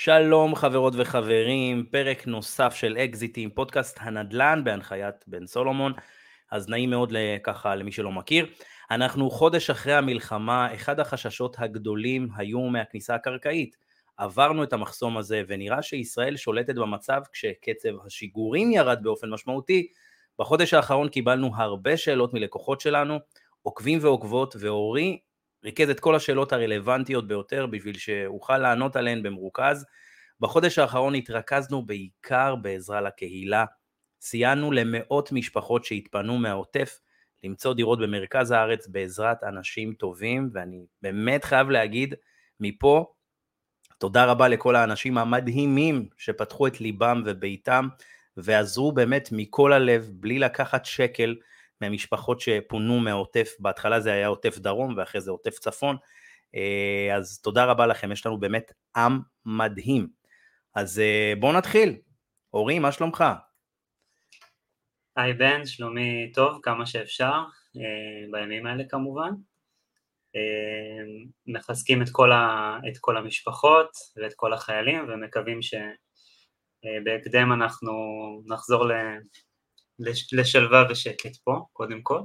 שלום חברות וחברים, פרק נוסף של אקזיטים, פודקאסט הנדל"ן בהנחיית בן סולומון. אז נעים מאוד ככה למי שלא מכיר. אנחנו חודש אחרי המלחמה, אחד החששות הגדולים היו מהכניסה הקרקעית. עברנו את המחסום הזה ונראה שישראל שולטת במצב כשקצב השיגורים ירד באופן משמעותי. בחודש האחרון קיבלנו הרבה שאלות מלקוחות שלנו, עוקבים ועוקבות, ואורי ריכז את כל השאלות הרלוונטיות ביותר בשביל שאוכל לענות עליהן במרוכז. בחודש האחרון התרכזנו בעיקר בעזרה לקהילה, סייענו למאות משפחות שהתפנו מהעוטף למצוא דירות במרכז הארץ בעזרת אנשים טובים, ואני באמת חייב להגיד מפה, תודה רבה לכל האנשים המדהימים שפתחו את ליבם וביתם, ועזרו באמת מכל הלב, בלי לקחת שקל מהמשפחות שפונו מהעוטף. בהתחלה זה היה עוטף דרום ואחרי זה עוטף צפון, אז תודה רבה לכם, יש לנו באמת עם מדהים. אז בואו נתחיל. אורי, מה שלומך? היי בן, שלומי טוב כמה שאפשר, בימים האלה כמובן. מחזקים את כל המשפחות ואת כל החיילים, ומקווים שבהקדם אנחנו נחזור לשלווה ושקט פה, קודם כל.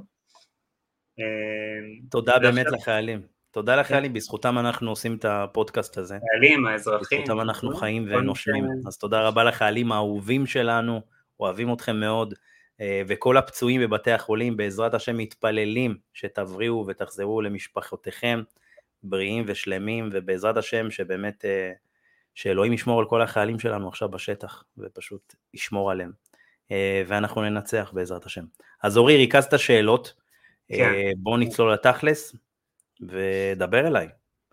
תודה באמת לחיילים. תודה לחיילים, בזכותם אנחנו עושים את הפודקאסט הזה. חיילים, האזרחים. בזכותם אנחנו חיים ונושמים. אז תודה רבה לחיילים האהובים שלנו, אוהבים אתכם מאוד, וכל הפצועים בבתי החולים, בעזרת השם מתפללים שתבריאו ותחזרו למשפחותיכם, בריאים ושלמים, ובעזרת השם שבאמת, שאלוהים ישמור על כל החיילים שלנו עכשיו בשטח, ופשוט ישמור עליהם. ואנחנו ננצח בעזרת השם. אז אורי, ריכזת שאלות, כן. בואו נצלול לתכלס, ודבר אליי.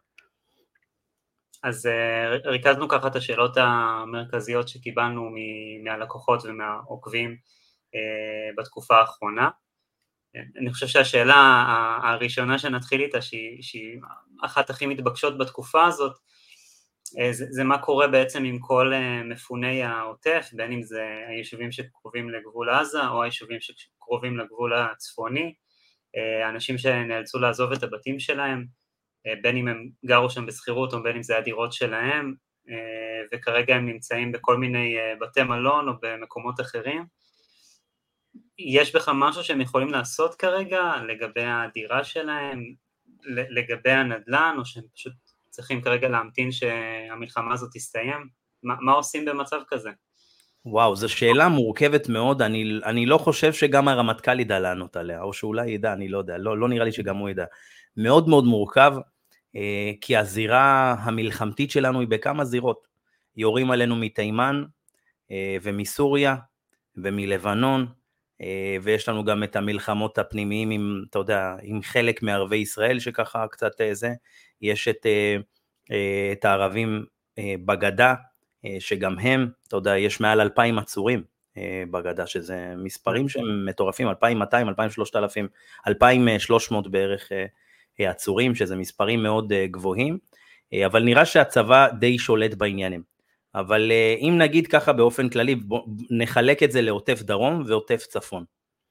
אז ריכזנו ככה את השאלות המרכזיות שקיבלנו מהלקוחות ומהעוקבים בתקופה האחרונה. אני חושב שהשאלה הראשונה שנתחיל איתה, שהיא אחת הכי מתבקשות בתקופה הזאת, זה מה קורה בעצם עם כל מפוני העוטף, בין אם זה היישובים שקרובים לגבול עזה או היישובים שקרובים לגבול הצפוני, אנשים שנאלצו לעזוב את הבתים שלהם, בין אם הם גרו שם בסחירות או בין אם זה הדירות שלהם, וכרגע הם נמצאים בכל מיני בתי מלון או במקומות אחרים. יש בך משהו שהם יכולים לעשות כרגע לגבי הדירה שלהם, לגבי הנדל"ן, או שהם פשוט צריכים כרגע להמתין שהמלחמה הזאת תסתיים? מה עושים במצב כזה? וואו, זו שאלה מורכבת מאוד, אני לא חושב שגם הרמטכ"ל ידע לענות עליה, או שאולי ידע, אני לא יודע, לא נראה לי שגם הוא ידע. מאוד מאוד מורכב, כי הזירה המלחמתית שלנו היא בכמה זירות. יורים עלינו מתימן, ומסוריה, ומלבנון, ויש לנו גם את המלחמות הפנימיים עם, אתה יודע, עם חלק מערבי ישראל שככה קצת זה, יש את הערבים בגדה, שגם הם, אתה יודע, יש מעל 2,000 עצורים בגדה, שזה מספרים שהם מטורפים, 2,200, 2,300, 2,300 בערך עצורים, שזה מספרים מאוד גבוהים, אבל נראה שהצבא די שולט בעניינים. אבל אם נגיד ככה באופן כללי, נחלק את זה לעוטף דרום ועוטף צפון.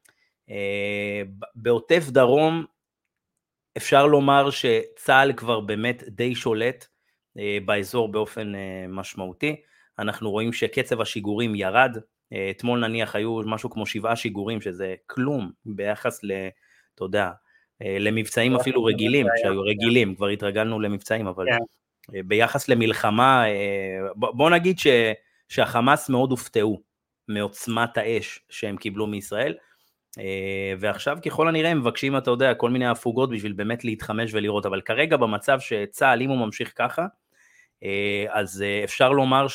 בעוטף דרום אפשר לומר שצה"ל כבר באמת די שולט באזור באופן משמעותי. אנחנו רואים שקצב השיגורים ירד, אתמול נניח היו משהו כמו 7 שיגורים, שזה כלום ביחס אתה יודע, למבצעים אפילו רגילים, שהיו רגילים, כבר התרגלנו למבצעים, אבל ביחס למלחמה, בוא נגיד שהחמאס מאוד הופתעו מעוצמת האש שהם קיבלו מישראל, ועכשיו ככל הנראה הם מבקשים, אתה יודע, כל מיני הפוגות בשביל באמת להתחמש ולראות, אבל כרגע במצב שצה"ל, אם הוא ממשיך ככה, אז אפשר לומר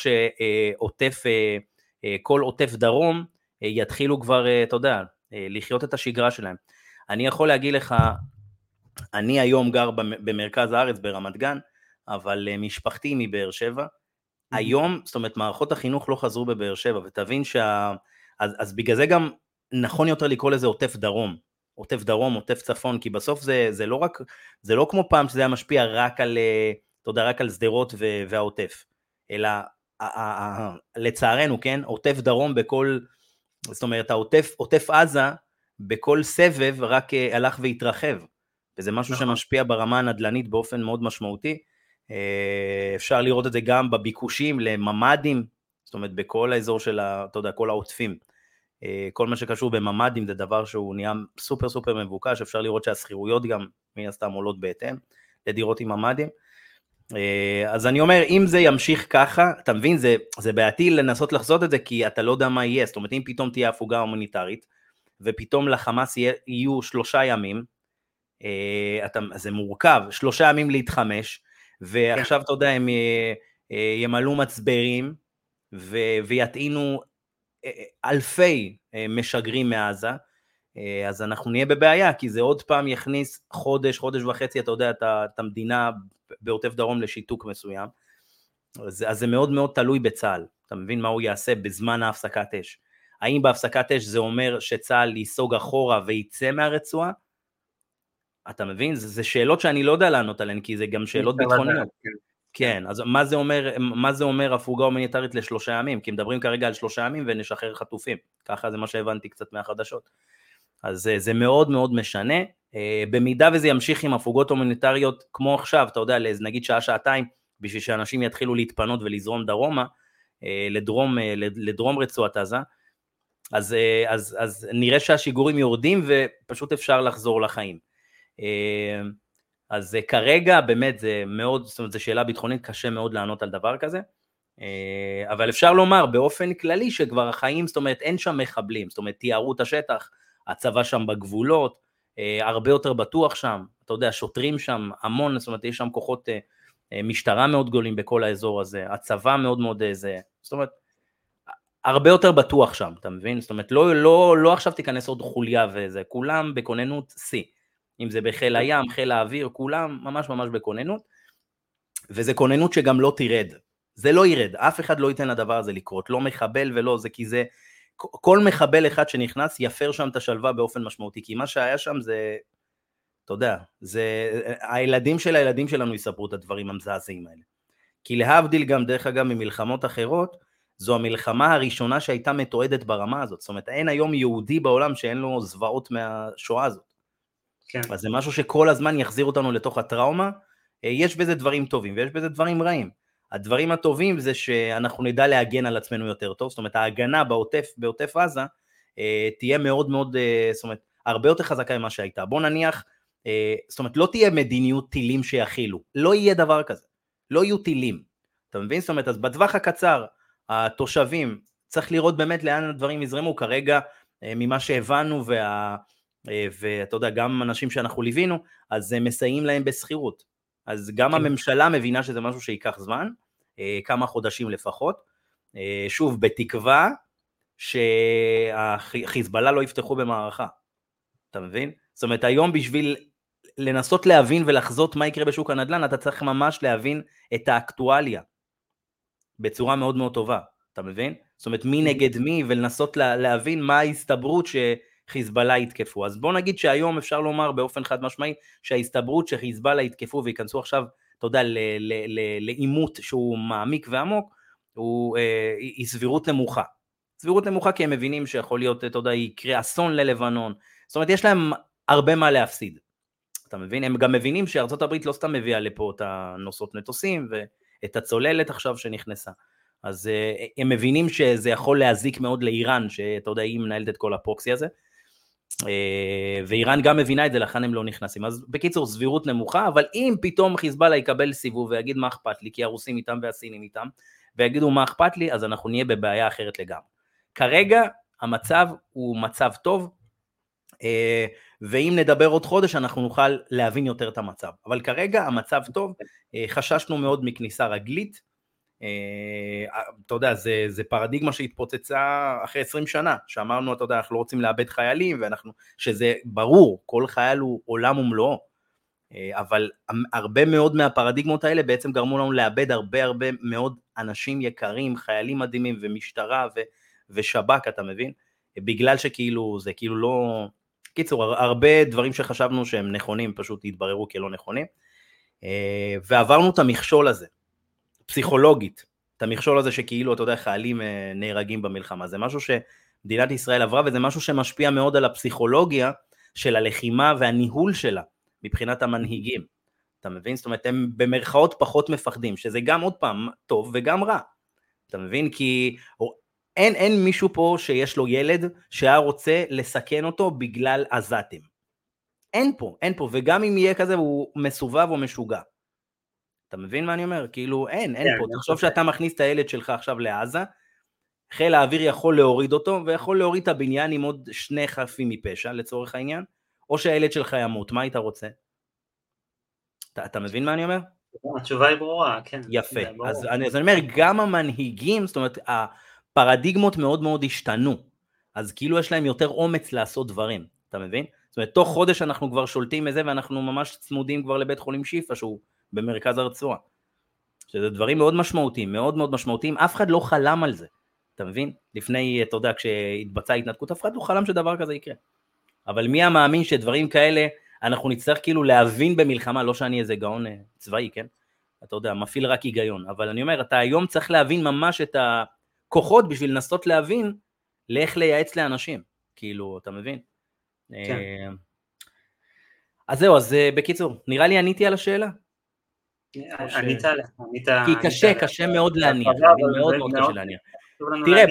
כל עוטף דרום יתחילו כבר, אתה יודע, לחיות את השגרה שלהם. אני יכול להגיד לך, אני היום גר במרכז הארץ ברמת גן, אבל משפחתי מבאר שבע, היום, זאת אומרת, מערכות החינוך לא חזרו בבאר שבע, ותבין אז בגלל זה גם נכון יותר לקרוא לזה עוטף דרום, עוטף צפון, כי בסוף זה לא כמו פעם שזה היה משפיע רק על, אתה יודע, רק על שדרות והעוטף, אלא לצערנו, כן, עוטף דרום בכל, זאת אומרת, עוטף עזה, בכל סבב רק הלך והתרחב, וזה משהו שמשפיע ברמה הנדלנית באופן מאוד משמעותי, אפשר לראות את זה גם בביקושים לממדים, זאת אומרת בכל האזור של, אתה יודע, כל העוטפים. כל מה שקשור בממדים זה דבר שהוא נהיה סופר סופר מבוקש, אפשר לראות שהסחירויות גם מן הסתם עולות בהתאם לדירות עם ממדים. אז אני אומר, אם זה ימשיך ככה, אתה מבין, זה בעייתי לנסות לחזות את זה, כי אתה לא יודע מה יהיה, זאת אומרת, אם פתאום תהיה הפוגה הומניטרית, ופתאום לחמאס יהיו 3 ימים, זה מורכב, 3 ימים להתחמש, ועכשיו אתה יודע, הם ימלאו מצברים, ויטעינו אלפי משגרים מעזה, אז אנחנו נהיה בבעיה, כי זה עוד פעם יכניס חודש וחצי, אתה יודע, את המדינה בעוטף דרום לשיתוק מסוים, אז זה מאוד מאוד תלוי בצה"ל, אתה מבין מה הוא יעשה בזמן ההפסקת אש, האם בהפסקת אש זה אומר שצה"ל ייסוג אחורה ויצא מהרצועה, אתה מבין? זה שאלות שאני לא יודע לענות עליהן, כי זה גם שאלות ביטחוניות. כן, אז מה זה אומר הפוגה הומניטרית ל3 ימים? כי מדברים כרגע על 3 ימים ונשחרר חטופים, ככה זה מה שהבנתי קצת מהחדשות. אז זה מאוד מאוד משנה, במידה וזה ימשיך עם הפוגות הומניטריות, כמו עכשיו, אתה יודע, נגיד שעה-שעתיים, בשביל שאנשים יתחילו להתפנות ולזרום דרומה, לדרום רצועת עזה, אז נראה שהשיגורים יורדים, ופשוט אפשר לחזור לחיים. אז כרגע באמת זה מאוד, זאת אומרת, זו שאלה ביטחונית, קשה מאוד לענות על דבר כזה, אבל אפשר לומר באופן כללי שכבר החיים, זאת אומרת, אין שם מחבלים, זאת אומרת, תיארו את השטח, הצבא שם בגבולות, הרבה יותר בטוח שם, אתה יודע, שוטרים שם המון, זאת אומרת, יש שם כוחות משטרה מאוד גדולים בכל האזור הזה, הצבא מאוד מאוד זאת אומרת, הרבה יותר בטוח שם, אתה מבין? זאת אומרת, לא עכשיו תיכנס עוד חוליה וזה, כולם בכוננות C, אם זה בחיל הים, חיל האוויר, כולם ממש ממש בכוננות, וזה כוננות שגם לא תירד, זה לא ירד, אף אחד לא ייתן לדבר הזה לקרות, לא מחבל ולא זה, כי זה, כל מחבל אחד שנכנס יפר שם את השלווה באופן משמעותי, כי מה שהיה שם זה, אתה יודע, זה, הילדים של הילדים שלנו יספרו את הדברים המזעזעים האלה, כי להבדיל גם דרך אגב ממלחמות אחרות, זו המלחמה הראשונה שהייתה מתועדת ברמה הזאת, זאת אומרת, אין היום יהודי בעולם שאין לו זוועות מהשואה הזאת, כן. אז זה משהו שכל הזמן יחזיר אותנו לתוך הטראומה, יש בזה דברים טובים ויש בזה דברים רעים, הדברים הטובים זה שאנחנו נדע להגן על עצמנו יותר טוב, זאת אומרת ההגנה בעוטף עזה תהיה מאוד מאוד, זאת אומרת הרבה יותר חזקה ממה שהייתה, בוא נניח, זאת אומרת לא תהיה מדיניות טילים שיכילו, לא יהיה דבר כזה, לא יהיו טילים, אתה מבין? זאת אומרת אז בטווח הקצר התושבים צריך לראות באמת לאן הדברים יזרמו, כרגע ממה שהבנו ואתה יודע גם אנשים שאנחנו ליווינו, אז הם מסייעים להם בסחירות, אז גם הממשלה מבינה שזה משהו שיקח זמן, כמה חודשים לפחות, שוב בתקווה שהחיזבאללה לא יפתחו במערכה, אתה מבין? זאת אומרת היום בשביל לנסות להבין ולחזות מה יקרה בשוק הנדל"ן, אתה צריך ממש להבין את האקטואליה, בצורה מאוד מאוד טובה, אתה מבין? זאת אומרת מי נגד מי ולנסות להבין מה ההסתברות חיזבאללה יתקפו, אז בוא נגיד שהיום אפשר לומר באופן חד משמעי, שההסתברות שחיזבאללה יתקפו וייכנסו עכשיו, אתה יודע, לאימות שהוא מעמיק ועמוק, היא סבירות נמוכה, סבירות נמוכה כי הם מבינים שיכול להיות, אתה יודע, יקרה אסון ללבנון, זאת אומרת יש להם הרבה מה להפסיד, אתה מבין? הם גם מבינים שארצות הברית לא סתם מביאה לפה את הנוסעות מטוסים, ואת הצוללת עכשיו שנכנסה, אז הם מבינים שזה יכול להזיק מאוד לאיראן, שאתה יודע, היא מנהלת את כל הפרוקסי הזה, ואיראן גם מבינה את זה, לכן הם לא נכנסים, אז בקיצור סבירות נמוכה, אבל אם פתאום חיזבאללה יקבל סיבוב ויגיד מה אכפת לי, כי הרוסים איתם והסינים איתם, ויגידו מה אכפת לי, אז אנחנו נהיה בבעיה אחרת לגמרי. כרגע המצב הוא מצב טוב, ואם נדבר עוד חודש אנחנו נוכל להבין יותר את המצב, אבל כרגע המצב טוב, חששנו מאוד מכניסה רגלית, אתה יודע, זה פרדיגמה שהתפוצצה אחרי 20 שנה, שאמרנו, אתה יודע, אנחנו לא רוצים לאבד חיילים, שזה ברור, כל חייל הוא עולם ומלואו, אבל הרבה מאוד מהפרדיגמות האלה בעצם גרמו לנו לאבד הרבה מאוד אנשים יקרים, חיילים מדהימים ומשטרה ושב"כ, אתה מבין? בגלל שכאילו, זה כאילו לא, קיצור, הרבה דברים שחשבנו שהם נכונים, פשוט התבררו כלא נכונים, ועברנו את המכשול הזה, פסיכולוגית, את המכשול הזה שכאילו, אתה יודע, חיילים נהרגים במלחמה, זה משהו שמדינת ישראל עברה, וזה משהו שמשפיע מאוד על הפסיכולוגיה של הלחימה והניהול שלה, מבחינת המנהיגים, אתה מבין? זאת אומרת, הם במרכאות פחות מפחדים, שזה גם עוד פעם טוב וגם רע. אתה מבין? כי אין מישהו פה שיש לו ילד שהיה רוצה לסכן אותו בגלל עזתים. אין פה, וגם אם יהיה כזה הוא מסובב או משוגע. אתה מבין מה אני אומר? כאילו אין פה, תחשוב שאתה מכניס את הילד שלך עכשיו לעזה, חיל האוויר יכול להוריד אותו, ויכול להוריד את הבניין עם עוד 2 חפים מפשע לצורך העניין, או שהילד שלך ימות, מה היית רוצה? אתה מבין מה אני אומר? התשובה היא ברורה, כן. יפה, אז אני אומר, גם המנהיגים, זאת אומרת, הפרדיגמות מאוד מאוד השתנו, אז כאילו יש להם יותר אומץ לעשות דברים, אתה מבין? זאת אומרת, תוך חודש אנחנו כבר שולטים מזה, ואנחנו ממש צמודים כבר לבית חולים שיפה, שהוא במרכז הרצועה, שזה דברים מאוד משמעותיים, מאוד מאוד משמעותיים, אף אחד לא חלם על זה, אתה מבין? לפני, אתה יודע, כשהתבצעה התנתקות, אף אחד לא חלם שדבר כזה יקרה, אבל מי המאמין שדברים כאלה, אנחנו נצטרך כאילו להבין במלחמה, לא שאני איזה גאון צבאי, כן? אתה יודע, מפעיל רק היגיון, אבל אני אומר, אתה היום צריך להבין ממש את הכוחות, בשביל לנסות להבין, לאיך לייעץ לאנשים, כאילו, אתה מבין? כן. אז זהו, אז בקיצור, נראה לי עניתי על השאלה? ענית. כי קשה מאוד להניח, מאוד מאוד קשה להניח. תראה,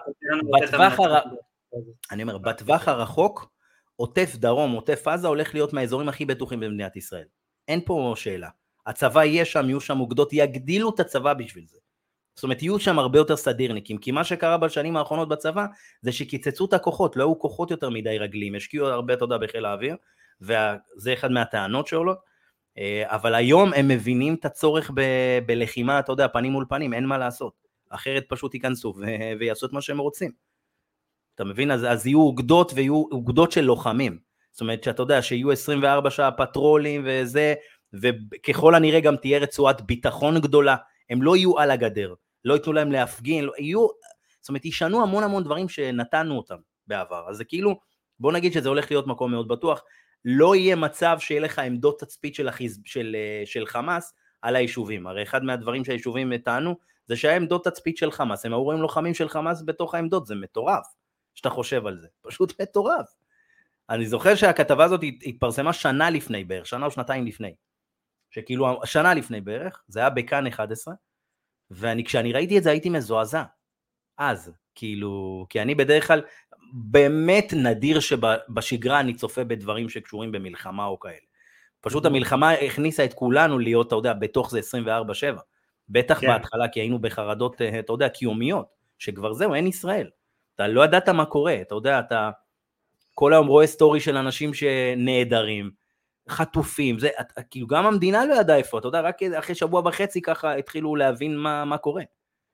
אני אומר, בטווח הרחוק, עוטף דרום, עוטף עזה, הולך להיות מהאזורים הכי בטוחים במדינת ישראל. אין פה שאלה. הצבא יהיה שם, יהיו שם אוגדות, יגדילו את הצבא בשביל זה. זאת אומרת, יהיו שם הרבה יותר סדירניקים, כי מה שקרה בשנים האחרונות בצבא, זה שקיצצו את הכוחות, לא היו כוחות יותר מדי רגליים, השקיעו הרבה תודה בחיל האוויר, וזה אחד מהטענות שעולות, אבל היום הם מבינים את הצורך בלחימה, אתה יודע, פנים מול פנים, אין מה לעשות, אחרת פשוט ייכנסו ויעשו את מה שהם רוצים. אתה מבין? אז יהיו אוגדות ויהיו אוגדות של לוחמים, זאת אומרת שאתה יודע שיהיו 24 שעה פטרולים וזה, וככל הנראה גם תהיה רצועת ביטחון גדולה, הם לא יהיו על הגדר, לא ייתנו להם להפגין, לא, יהיו, זאת אומרת ישנו המון דברים שנתנו אותם בעבר, אז זה כאילו, בוא נגיד שזה הולך להיות מקום מאוד בטוח, לא יהיה מצב שיהיה לך עמדות תצפית של חמאס על היישובים, הרי אחד מהדברים שהיישובים טענו, זה שהעמדות תצפית של חמאס, הם רואים לוחמים של חמאס בתוך העמדות, זה מטורף, שאתה חושב על זה, פשוט מטורף. אני זוכר שהכתבה הזאת התפרסמה שנה לפני בערך, שנה או שנתיים לפני, שכאילו שנה לפני בערך, זה היה בכאן 11, וכשאני ראיתי את זה הייתי מזועזע, אז, כאילו, כי אני בדרך כלל, באמת נדיר שבשגרה אני צופה בדברים שקשורים במלחמה או כאלה, פשוט המלחמה הכניסה את כולנו להיות, אתה יודע, בתוך זה 24/7, בטח בהתחלה, כי היינו בחרדות, אתה יודע, קיומיות, שכבר זהו, אין ישראל, אתה לא ידעת מה קורה, אתה יודע, אתה כל היום רואה סטורי של אנשים שנהדרים, חטופים, זה, כאילו גם המדינה לא ידעה איפה, אתה יודע, רק אחרי שבוע וחצי ככה התחילו להבין מה קורה.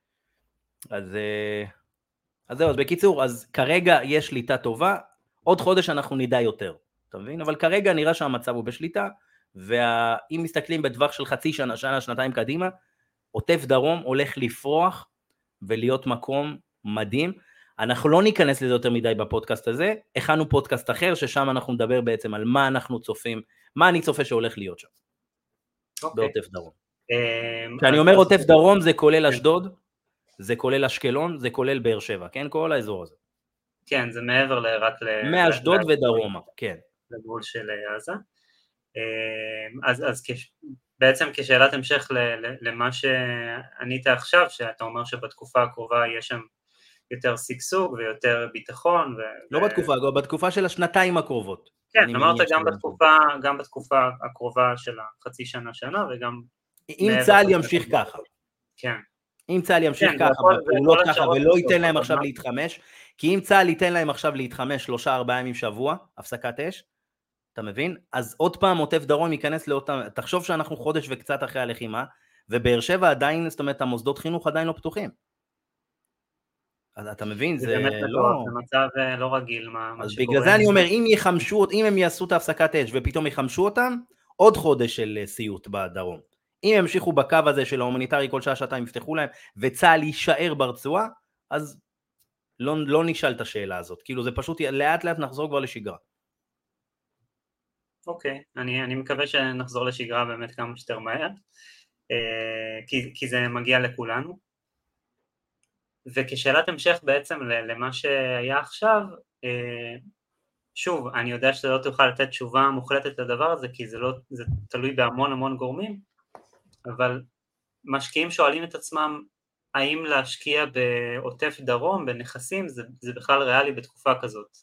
אז זהו, אז בקיצור, אז כרגע יש שליטה טובה, עוד חודש אנחנו נדע יותר, אתה מבין? אבל כרגע נראה שהמצב הוא בשליטה, ואם מסתכלים בטווח של חצי שנה, שנתיים קדימה, עוטף דרום הולך לפרוח ולהיות מקום מדהים. אנחנו לא ניכנס לזה יותר מדי בפודקאסט הזה, הכנו פודקאסט אחר ששם אנחנו נדבר בעצם על מה אנחנו צופים, מה אני צופה שהולך להיות שם, בעוטף דרום. כשאני אומר עוטף דרום זה כולל אשדוד, זה כולל אשקלון, זה כולל באר שבע, כן? כל האזור הזה. כן, זה מעבר רק מאשדוד ודרומה, כן. לגבול של עזה. אז בעצם כשאלת המשך למה שענית עכשיו, שאתה אומר שבתקופה הקרובה יש שם יותר סגסוג ויותר ביטחון. לא בתקופה, בתקופה של השנתיים הקרובות. כן, אמרת גם בתקופה הקרובה של החצי שנה וגם... אם צה"ל ימשיך ככה. כן. אם צה"ל ימשיך ככה, בפעולות ככה, ולא ייתן להם עכשיו להתחמש, כי אם צה"ל ייתן להם עכשיו להתחמש 3-4 ימים שבוע, הפסקת אש, אתה מבין? אז עוד פעם עוטף דרום ייכנס לאותם, תחשוב שאנחנו חודש וקצת אחרי הלחימה, ובאר שבע עדיין, זאת אומרת, המוסדות חינוך עדיין לא פתוחים. אז אתה מבין, זה לא... זה מצב לא רגיל מה שקורה. אז בגלל זה אני אומר, אם הם יעשו את הפסקת אש ופתאום יחמשו אותם, עוד חודש של סיוט בדרום. אם הם ימשיכו בקו הזה של ההומניטרי כל שעה-שעתיים יפתחו להם, וצה"ל יישאר ברצועה, אז לא נשאל את השאלה הזאת. כאילו זה פשוט לאט לאט נחזור כבר לשגרה. אוקיי, אני מקווה שנחזור לשגרה באמת כמה שיותר מהר, כי זה מגיע לכולנו. וכשאלת המשך בעצם למה שהיה עכשיו, שוב, אני יודע שאתה לא תוכל לתת תשובה מוחלטת לדבר הזה, כי זה תלוי בהמון המון גורמים, אבל משקיעים שואלים את עצמם, האם להשקיע בעוטף דרום, בנכסים, זה בכלל ריאלי בתקופה כזאת?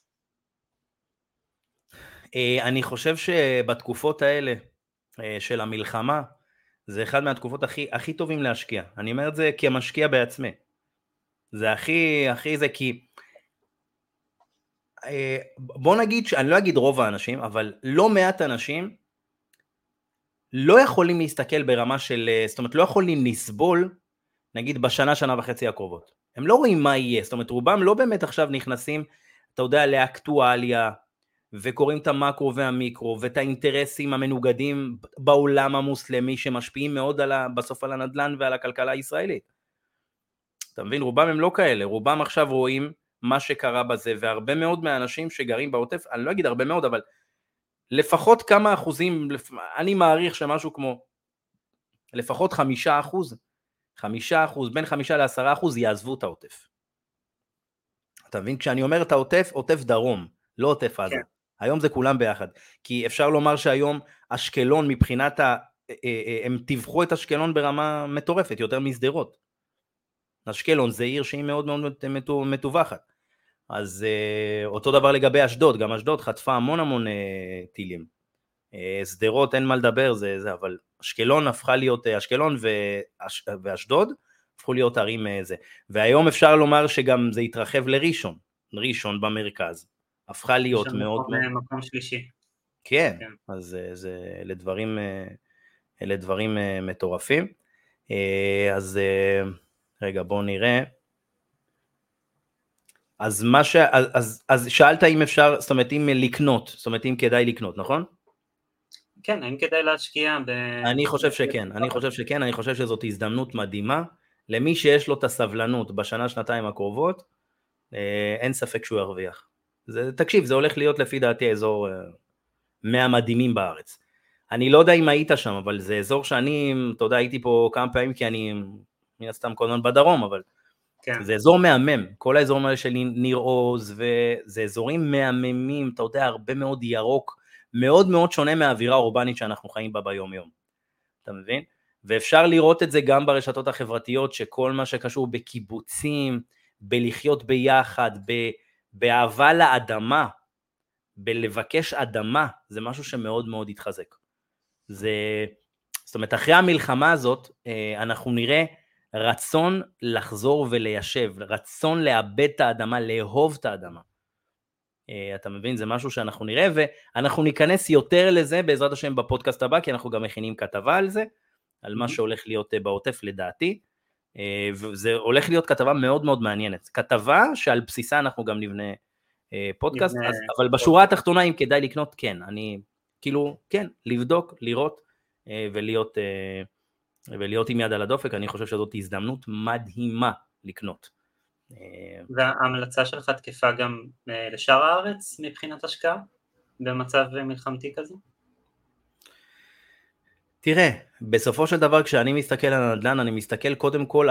אני חושב שבתקופות האלה של המלחמה, זה אחד מהתקופות הכי טובים להשקיע. אני אומר את זה כמשקיע בעצמי. זה הכי זה כי, בוא נגיד, אני לא אגיד רוב האנשים, אבל לא מעט אנשים לא יכולים להסתכל ברמה של, זאת אומרת, לא יכולים לסבול, נגיד שנה וחצי הקרובות. הם לא רואים מה יהיה, זאת אומרת, רובם לא באמת עכשיו נכנסים, אתה יודע, לאקטואליה, וקוראים את המקרו והמיקרו, ואת האינטרסים המנוגדים בעולם המוסלמי, שמשפיעים מאוד בסוף על הנדל"ן ועל הכלכלה הישראלית. אתה מבין, רובם הם לא כאלה, רובם עכשיו רואים מה שקרה בזה, והרבה מאוד מהאנשים שגרים בעוטף, אני לא אגיד הרבה מאוד, אבל לפחות כמה אחוזים, אני מעריך שמשהו כמו, לפחות 5%, בין 5 ל10% יעזבו את העוטף. אתה מבין, כשאני אומר את העוטף, עוטף דרום, לא עוטף עזה. כן. היום זה כולם ביחד, כי אפשר לומר שהיום אשקלון מבחינת, הם טווחו את אשקלון ברמה מטורפת, יותר מסדרות. אשקלון זה עיר שהיא מאוד מאוד מטווחת. אז אותו דבר לגבי אשדוד, גם אשדוד חטפה המון טילים. סדרות אין מה לדבר, אבל אשקלון הפכה להיות, אשקלון ואשדוד הפכו להיות ערים זה. והיום אפשר לומר שגם זה התרחב לראשון, ראשון במרכז. הפכה להיות מאוד... מקום שלישי. כן, אז אלה דברים מטורפים. אז רגע, בואו נראה. אז שאלת אם אפשר, זאת אומרת, אם לקנות, זאת אומרת, אם כדאי לקנות, נכון? כן, האם כדאי להשקיע אני חושב שכן, אני חושב שזאת הזדמנות מדהימה, למי שיש לו את הסבלנות בשנה-שנתיים הקרובות, אין ספק שהוא ירוויח. תקשיב, זה הולך להיות לפי דעתי אזור מהמדהימים בארץ. אני לא יודע אם היית שם, אבל זה אזור שאני, אתה יודע, הייתי פה כמה פעמים, כי אני מן הסתם כל הזמן בדרום, אבל כן. זה אזור מהמם, כל האזורים האלה של ניר עוז, וזה אזורים מהממים, אתה יודע, הרבה מאוד ירוק, מאוד מאוד שונה מהאווירה האורבנית שאנחנו חיים בה ביום יום, אתה מבין? ואפשר לראות את זה גם ברשתות החברתיות, שכל מה שקשור בקיבוצים, בלחיות ביחד, באהבה לאדמה, בלבקש אדמה, זה משהו שמאוד מאוד יתחזק. זאת אומרת, אחרי המלחמה הזאת, אנחנו נראה רצון לחזור וליישב, רצון לאבד את האדמה, לאהוב את האדמה. אתה מבין, זה משהו שאנחנו נראה, ואנחנו ניכנס יותר לזה בעזרת השם בפודקאסט הבא, כי אנחנו גם מכינים כתבה על זה, על מה שהולך להיות בעוטף לדעתי, וזה הולך להיות כתבה מאוד מאוד מעניינת, כתבה שעל בסיסה אנחנו גם נבנה פודקאסט, אבל בשורה התחתונה אם כדאי לקנות, כן, אני כאילו, כן, לבדוק, לראות, ולהיות עם יד על הדופק, אני חושב שזאת הזדמנות מדהימה לקנות. וההמלצה שלך תקפה גם לשאר הארץ מבחינת השקעה במצב מלחמתי כזה? תראה, בסופו של דבר כשאני מסתכל על הנדל"ן, אני מסתכל קודם כל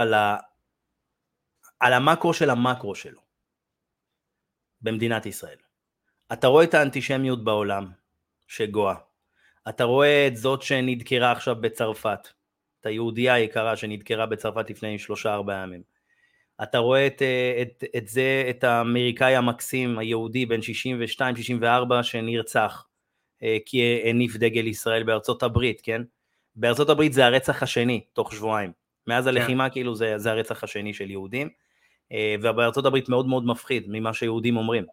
על המקרו של המקרו שלו, במדינת ישראל. אתה רואה את האנטישמיות בעולם, שגואה. אתה רואה את זאת שנדקרה עכשיו בצרפת, את היהודייה היקרה שנדקרה בצרפת לפני 3-4 ימים. אתה רואה את האמריקאי המקסים, היהודי בן 62-64 שנרצח, כי הניף דגל ישראל בארצות הברית, כן? בארצות הברית זה הרצח השני, תוך שבועיים. מאז הלחימה כאילו זה הרצח השני של יהודים, ובארצות הברית מאוד מאוד מפחיד ממה שיהודים אומרים.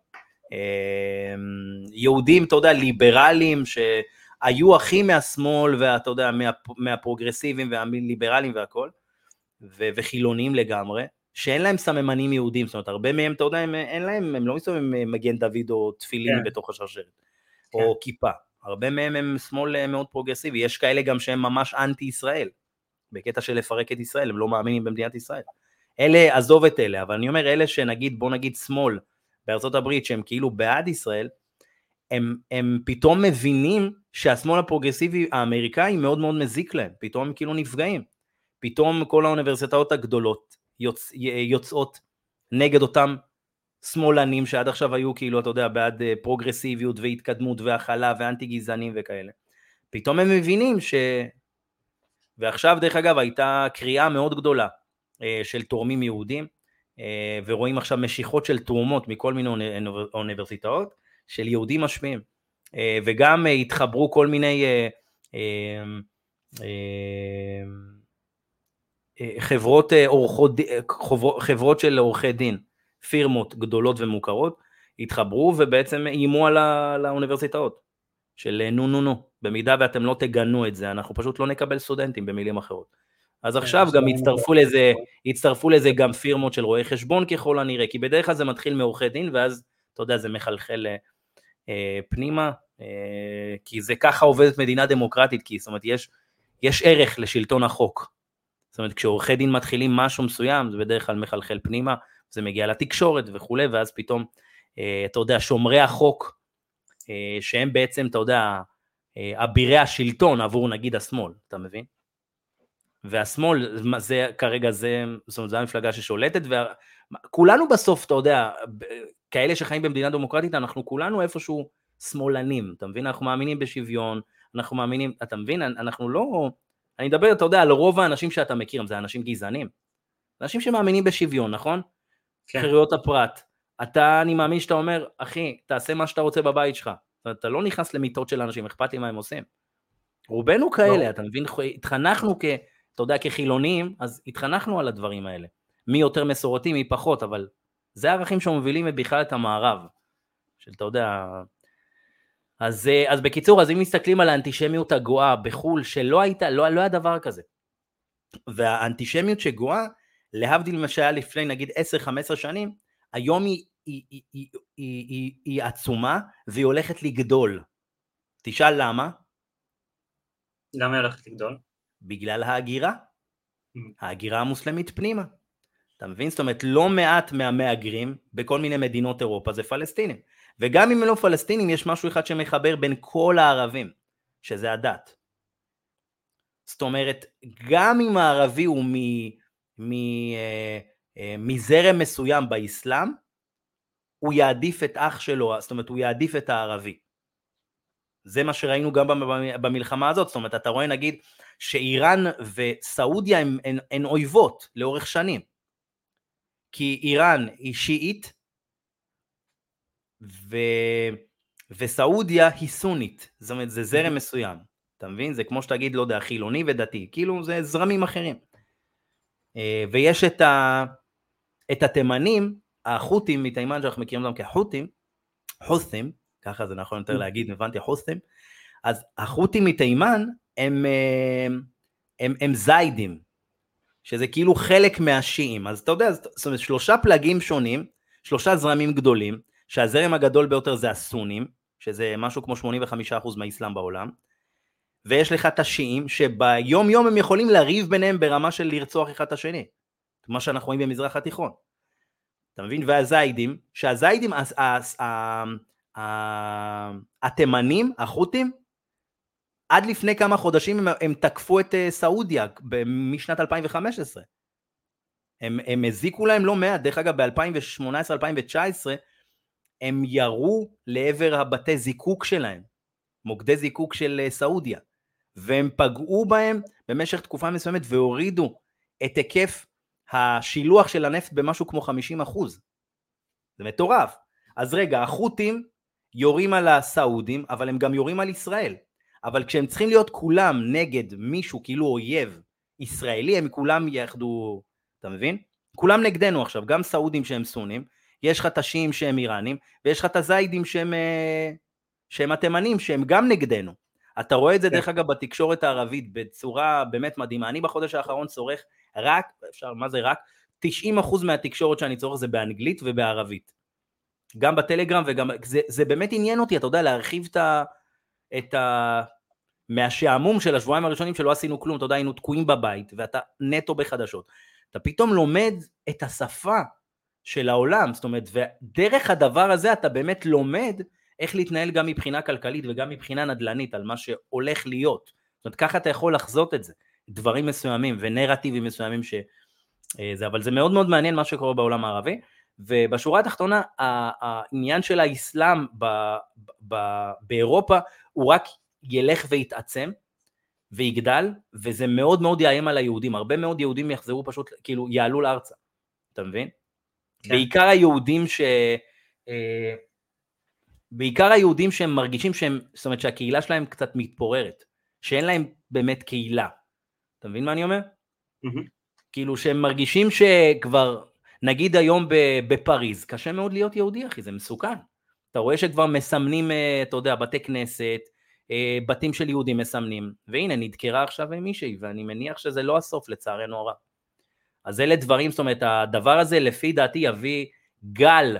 יהודים, אתה יודע, ליברלים שהיו הכי מהשמאל, ואתה יודע, מהפרוגרסיביים והליברלים והכל, וחילונים לגמרי, שאין להם סממנים יהודים, זאת אומרת, הרבה מהם, אתה יודע, הם לא מסתובבים מגן דוד או תפילין בתוך השרשרת, או כיפה. הרבה מהם הם שמאל מאוד פרוגרסיבי, יש כאלה גם שהם ממש אנטי ישראל, בקטע של לפרק את ישראל, הם לא מאמינים במדינת ישראל. אלה, עזוב את אלה, אבל אני אומר, אלה שנגיד, בוא נגיד שמאל, בארצות הברית, שהם כאילו בעד ישראל, הם פתאום מבינים שהשמאל הפרוגרסיבי האמריקאי מאוד מאוד מזיק להם, פתאום הם כאילו נפגעים, פתאום כל האוניברסיטאות הגדולות יוצאות נגד אותם שמאלנים שעד עכשיו היו כאילו, אתה יודע, בעד פרוגרסיביות והתקדמות והכלה ואנטי גזענים וכאלה. פתאום הם מבינים ועכשיו דרך אגב הייתה קריאה מאוד גדולה של תורמים יהודים, ורואים עכשיו משיכות של תרומות מכל מיני אוניברסיטאות של יהודים משפיעים, וגם התחברו כל מיני חברות של עורכי דין, פירמות גדולות ומוכרות, התחברו ובעצם איימו על האוניברסיטאות, של נו, במידה ואתם לא תגנו את זה, אנחנו פשוט לא נקבל סטודנטים במילים אחרות. אז עכשיו גם הצטרפו לזה גם פירמות של רואי חשבון ככל הנראה, כי בדרך כלל זה מתחיל מעורכי דין, ואז אתה יודע, זה מחלחל פנימה, כי זה ככה עובדת מדינה דמוקרטית, כי זאת אומרת, יש ערך לשלטון החוק. זאת אומרת, כשעורכי דין מתחילים משהו מסוים, זה בדרך כלל מחלחל פנימה, זה מגיע לתקשורת וכו', ואז פתאום, אתה יודע, שומרי החוק, שהם בעצם, אתה יודע, אבירי השלטון עבור נגיד השמאל, אתה מבין? והשמאל, זה כרגע, זאת אומרת, זו המפלגה ששולטת, וכולנו בסוף, אתה יודע, כאלה שחיים במדינה דמוקרטית, אנחנו כולנו איפשהו שמאלנים, אתה מבין? אנחנו מאמינים בשוויון, אנחנו מאמינים, אתה מבין? אנחנו לא, אני מדבר, אתה יודע, על רוב האנשים שאתה מכיר, זה אנשים גזענים, אנשים שמאמינים בשוויון, נכון? כן. חירויות הפרט, אני מאמין שאתה אומר, אחי, תעשה מה שאתה רוצה בבית שלך, אתה לא נכנס למיטות של אנשים, אכפת לי מה הם עושים. רובנו כאלה, אתה מבין? התחנכנו אתה יודע, כחילונים, אז התחנכנו על הדברים האלה. מי יותר מסורתי, מי פחות, אבל זה הערכים שמובילים בכלל את המערב. אתה יודע, אז בקיצור, אז אם מסתכלים על האנטישמיות הגואה בחול, שלא היה דבר כזה. והאנטישמיות שגואה, להבדיל מה שהיה לפני נגיד 10-15 שנים, היום היא עצומה, והיא הולכת לגדול. תשאל למה? למה היא הולכת לגדול? בגלל ההגירה, ההגירה המוסלמית פנימה. אתה מבין? זאת אומרת, לא מעט מהמהגרים בכל מיני מדינות אירופה זה פלסטינים. וגם אם לא פלסטינים, יש משהו אחד שמחבר בין כל הערבים, שזה הדת. זאת אומרת, גם אם הערבי הוא מזרם מסוים באסלאם, הוא יעדיף את אח שלו, זאת אומרת, הוא יעדיף את הערבי. זה מה שראינו גם במלחמה הזאת, זאת אומרת, אתה רואה נגיד שאיראן וסעודיה הן אויבות לאורך שנים, כי איראן היא שיעית, וסעודיה היא סונית, זאת אומרת, זה זרם מסוים, אתה מבין? זה כמו שתגיד, לא יודע, חילוני ודתי, כאילו זה זרמים אחרים. ויש את התימנים, החות'ים מתימן, שאנחנו מכירים אותם כחות'ים, חות'ים, ככה זה נכון יותר להגיד, הבנתי, החות'ים, אז החות'ים מתימן הם זיידים, שזה כאילו חלק מהשיעים, אז אתה יודע, זאת אומרת, 3 פלגים שונים, 3 זרמים גדולים, שהזרם הגדול ביותר זה הסונים, שזה משהו כמו 85% מהאסלאם בעולם, ויש לך את השיעים, שביום יום הם יכולים לריב ביניהם ברמה של לרצוח אחד את השני, מה שאנחנו רואים במזרח התיכון, אתה מבין? והזיידים, שהזיידים, התימנים, החות'ים, עד לפני כמה חודשים הם תקפו את סעודיה משנת 2015. הם הזיקו להם לא מעט, דרך אגב ב-2018-2019 הם ירו לעבר הבתי זיקוק שלהם, מוקדי זיקוק של סעודיה, והם פגעו בהם במשך תקופה מסוימת והורידו את היקף השילוח של הנפט במשהו כמו 50%. זה מטורף. אז רגע, החות'ים יורים על הסעודים, אבל הם גם יורים על ישראל. אבל כשהם צריכים להיות כולם נגד מישהו, כאילו אויב ישראלי, הם כולם יחדו, אתה מבין? כולם נגדנו עכשיו, גם סעודים שהם סונים, יש לך את השיעים שהם איראנים, ויש לך את הזיידים שהם התימנים, שהם גם נגדנו. אתה רואה את זה דרך אגב בתקשורת הערבית, בצורה באמת מדהימה. אני בחודש האחרון צורך רק, מה זה רק? 90% מהתקשורת שאני צורך זה באנגלית ובערבית. גם בטלגרם וגם, זה באמת עניין אותי, אתה יודע, להרחיב מהשעמום של השבועיים הראשונים שלא עשינו כלום, אתה יודע, היינו תקועים בבית, ואתה נטו בחדשות. אתה פתאום לומד את השפה של העולם, זאת אומרת, ודרך הדבר הזה אתה באמת לומד איך להתנהל גם מבחינה כלכלית וגם מבחינה נדל"נית על מה שהולך להיות. זאת אומרת, ככה אתה יכול לחזות את זה, דברים מסוימים ונרטיבים מסוימים אבל זה מאוד מאוד מעניין מה שקורה בעולם הערבי, ובשורה התחתונה, העניין של האסלאם באירופה, הוא רק ילך ויתעצם, ויגדל, וזה מאוד מאוד יאיים על היהודים, הרבה מאוד יהודים יחזרו פשוט, כאילו יעלו לארצה, אתה מבין? כן. בעיקר היהודים שהם מרגישים שהם, זאת אומרת שהקהילה שלהם קצת מתפוררת, שאין להם באמת קהילה, אתה מבין מה אני אומר? כאילו שהם מרגישים שכבר, נגיד היום בפריז, קשה מאוד להיות יהודי אחי, זה מסוכן, אתה רואה שכבר מסמנים, אתה יודע, בתי כנסת, בתים של יהודים מסמנים, והנה נדקרה עכשיו מישהי, ואני מניח שזה לא הסוף לצערנו הרע. אז אלה דברים, זאת אומרת, הדבר הזה לפי דעתי יביא גל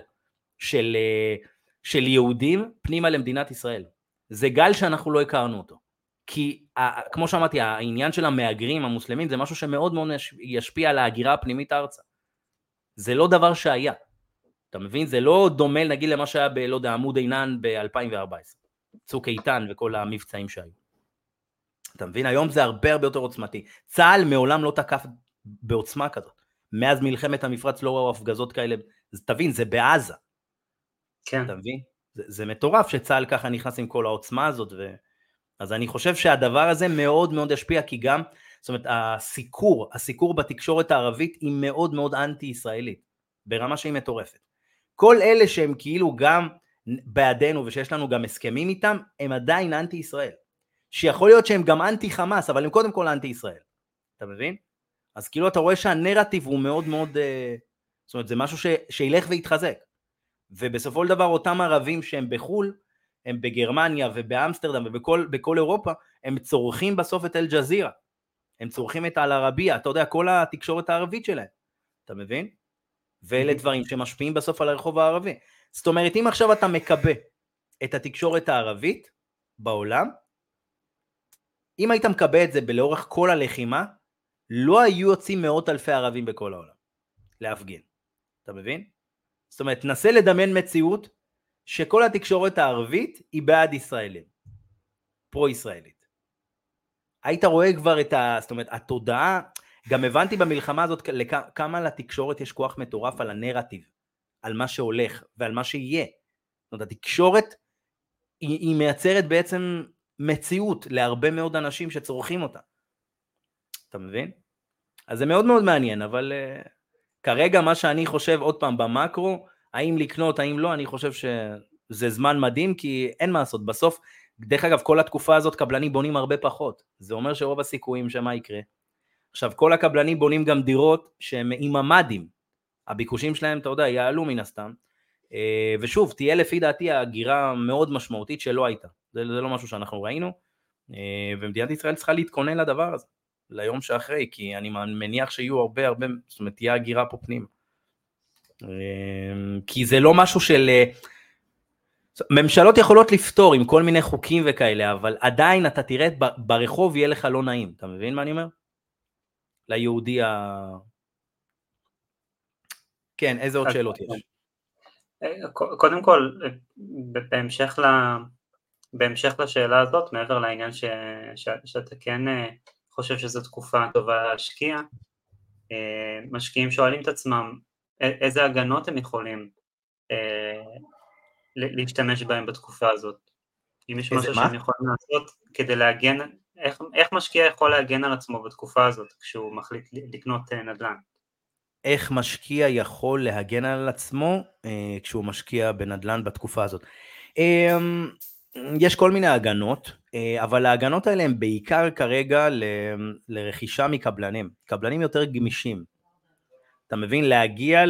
של יהודים פנימה למדינת ישראל. זה גל שאנחנו לא הכרנו אותו. כי כמו שאמרתי, העניין של המהגרים המוסלמים זה משהו שמאוד מאוד ישפיע על ההגירה הפנימית הארצה. זה לא דבר שהיה. אתה מבין? זה לא דומה נגיד למה שהיה לא יודע, עמוד עינן ב-2014. צוק איתן וכל המבצעים שהיו. אתה מבין? היום זה הרבה הרבה יותר עוצמתי. צה"ל מעולם לא תקף בעוצמה כזאת. מאז מלחמת המפרץ לא ראו הפגזות כאלה. אז תבין, זה בעזה. כן. אתה מבין? זה מטורף שצה"ל ככה נכנס עם כל העוצמה הזאת. אז אני חושב שהדבר הזה מאוד מאוד ישפיע, כי גם, זאת אומרת, הסיקור בתקשורת הערבית היא מאוד מאוד אנטי-ישראלית, ברמה שהיא מטורפת. כל אלה שהם כאילו גם בעדינו ושיש לנו גם הסכמים איתם, הם עדיין אנטי-ישראל. שיכול להיות שהם גם אנטי-חמאס, אבל הם קודם כל אנטי-ישראל. אתה מבין? אז כאילו אתה רואה שהנרטיב הוא מאוד מאוד, זאת אומרת, זה משהו שילך ויתחזק. ובסופו של דבר אותם ערבים שהם בחול, הם בגרמניה ובאמסטרדם ובכל אירופה, הם צורכים בסוף את אל-ג'זירה. הם צורכים את אל-ערבייה, אתה יודע, כל התקשורת הערבית שלהם. אתה מבין? ואלה דברים שמשפיעים בסוף על הרחוב הערבי. זאת אומרת, אם עכשיו אתה מקבל את התקשורת הערבית בעולם, אם היית מקבל את זה לאורך כל הלחימה, לא היו יוצאים מאות אלפי ערבים בכל העולם, להפגין. אתה מבין? זאת אומרת, נסה לדמיין מציאות, שכל התקשורת הערבית היא בעד ישראלים, פרו-ישראלית. היית רואה כבר זאת אומרת, התודעה, גם הבנתי במלחמה הזאת כמה לתקשורת יש כוח מטורף על הנרטיב, על מה שהולך ועל מה שיהיה. זאת אומרת, התקשורת היא מייצרת בעצם מציאות להרבה מאוד אנשים שצורכים אותה. אתה מבין? אז זה מאוד מאוד מעניין, אבל כרגע מה שאני חושב עוד פעם במקרו, האם לקנות, האם לא, אני חושב שזה זמן מדהים, כי אין מה לעשות, בסוף, דרך אגב, כל התקופה הזאת קבלנים בונים הרבה פחות, זה אומר שרוב הסיכויים שמה יקרה. עכשיו, כל הקבלנים בונים גם דירות שהם עם ממ"דים, הביקושים שלהם, אתה יודע, יעלו מן הסתם, ושוב, תהיה לפי דעתי הגירה מאוד משמעותית שלא הייתה, זה לא משהו שאנחנו ראינו, ומדינת ישראל צריכה להתכונן לדבר הזה, ליום שאחרי, כי אני מניח שיהיו הרבה, זאת אומרת, תהיה הגירה פה פנים. כי זה לא משהו של, ממשלות יכולות לפתור עם כל מיני חוקים וכאלה, אבל עדיין אתה תראה ברחוב יהיה לך לא נעים, אתה מבין מה אני אומר? ליהודי כן, איזה עוד שאלות יש? קודם כל, בהמשך לשאלה הזאת, מעבר לעניין שאתה כן חושב שזו תקופה טובה להשקיע, משקיעים שואלים את עצמם, איזה הגנות הם יכולים להשתמש בהם בתקופה הזאת? אם יש משהו שהם יכולים לעשות כדי להגן, איך משקיע יכול להגן על עצמו בתקופה הזאת כשהוא מחליט לקנות נדל"ן? איך משקיע יכול להגן על עצמו כשהוא משקיע בנדל"ן בתקופה הזאת? יש כל מיני הגנות, אבל ההגנות האלה הן בעיקר כרגע לרכישה מקבלנים, קבלנים יותר גמישים. אתה מבין? להגיע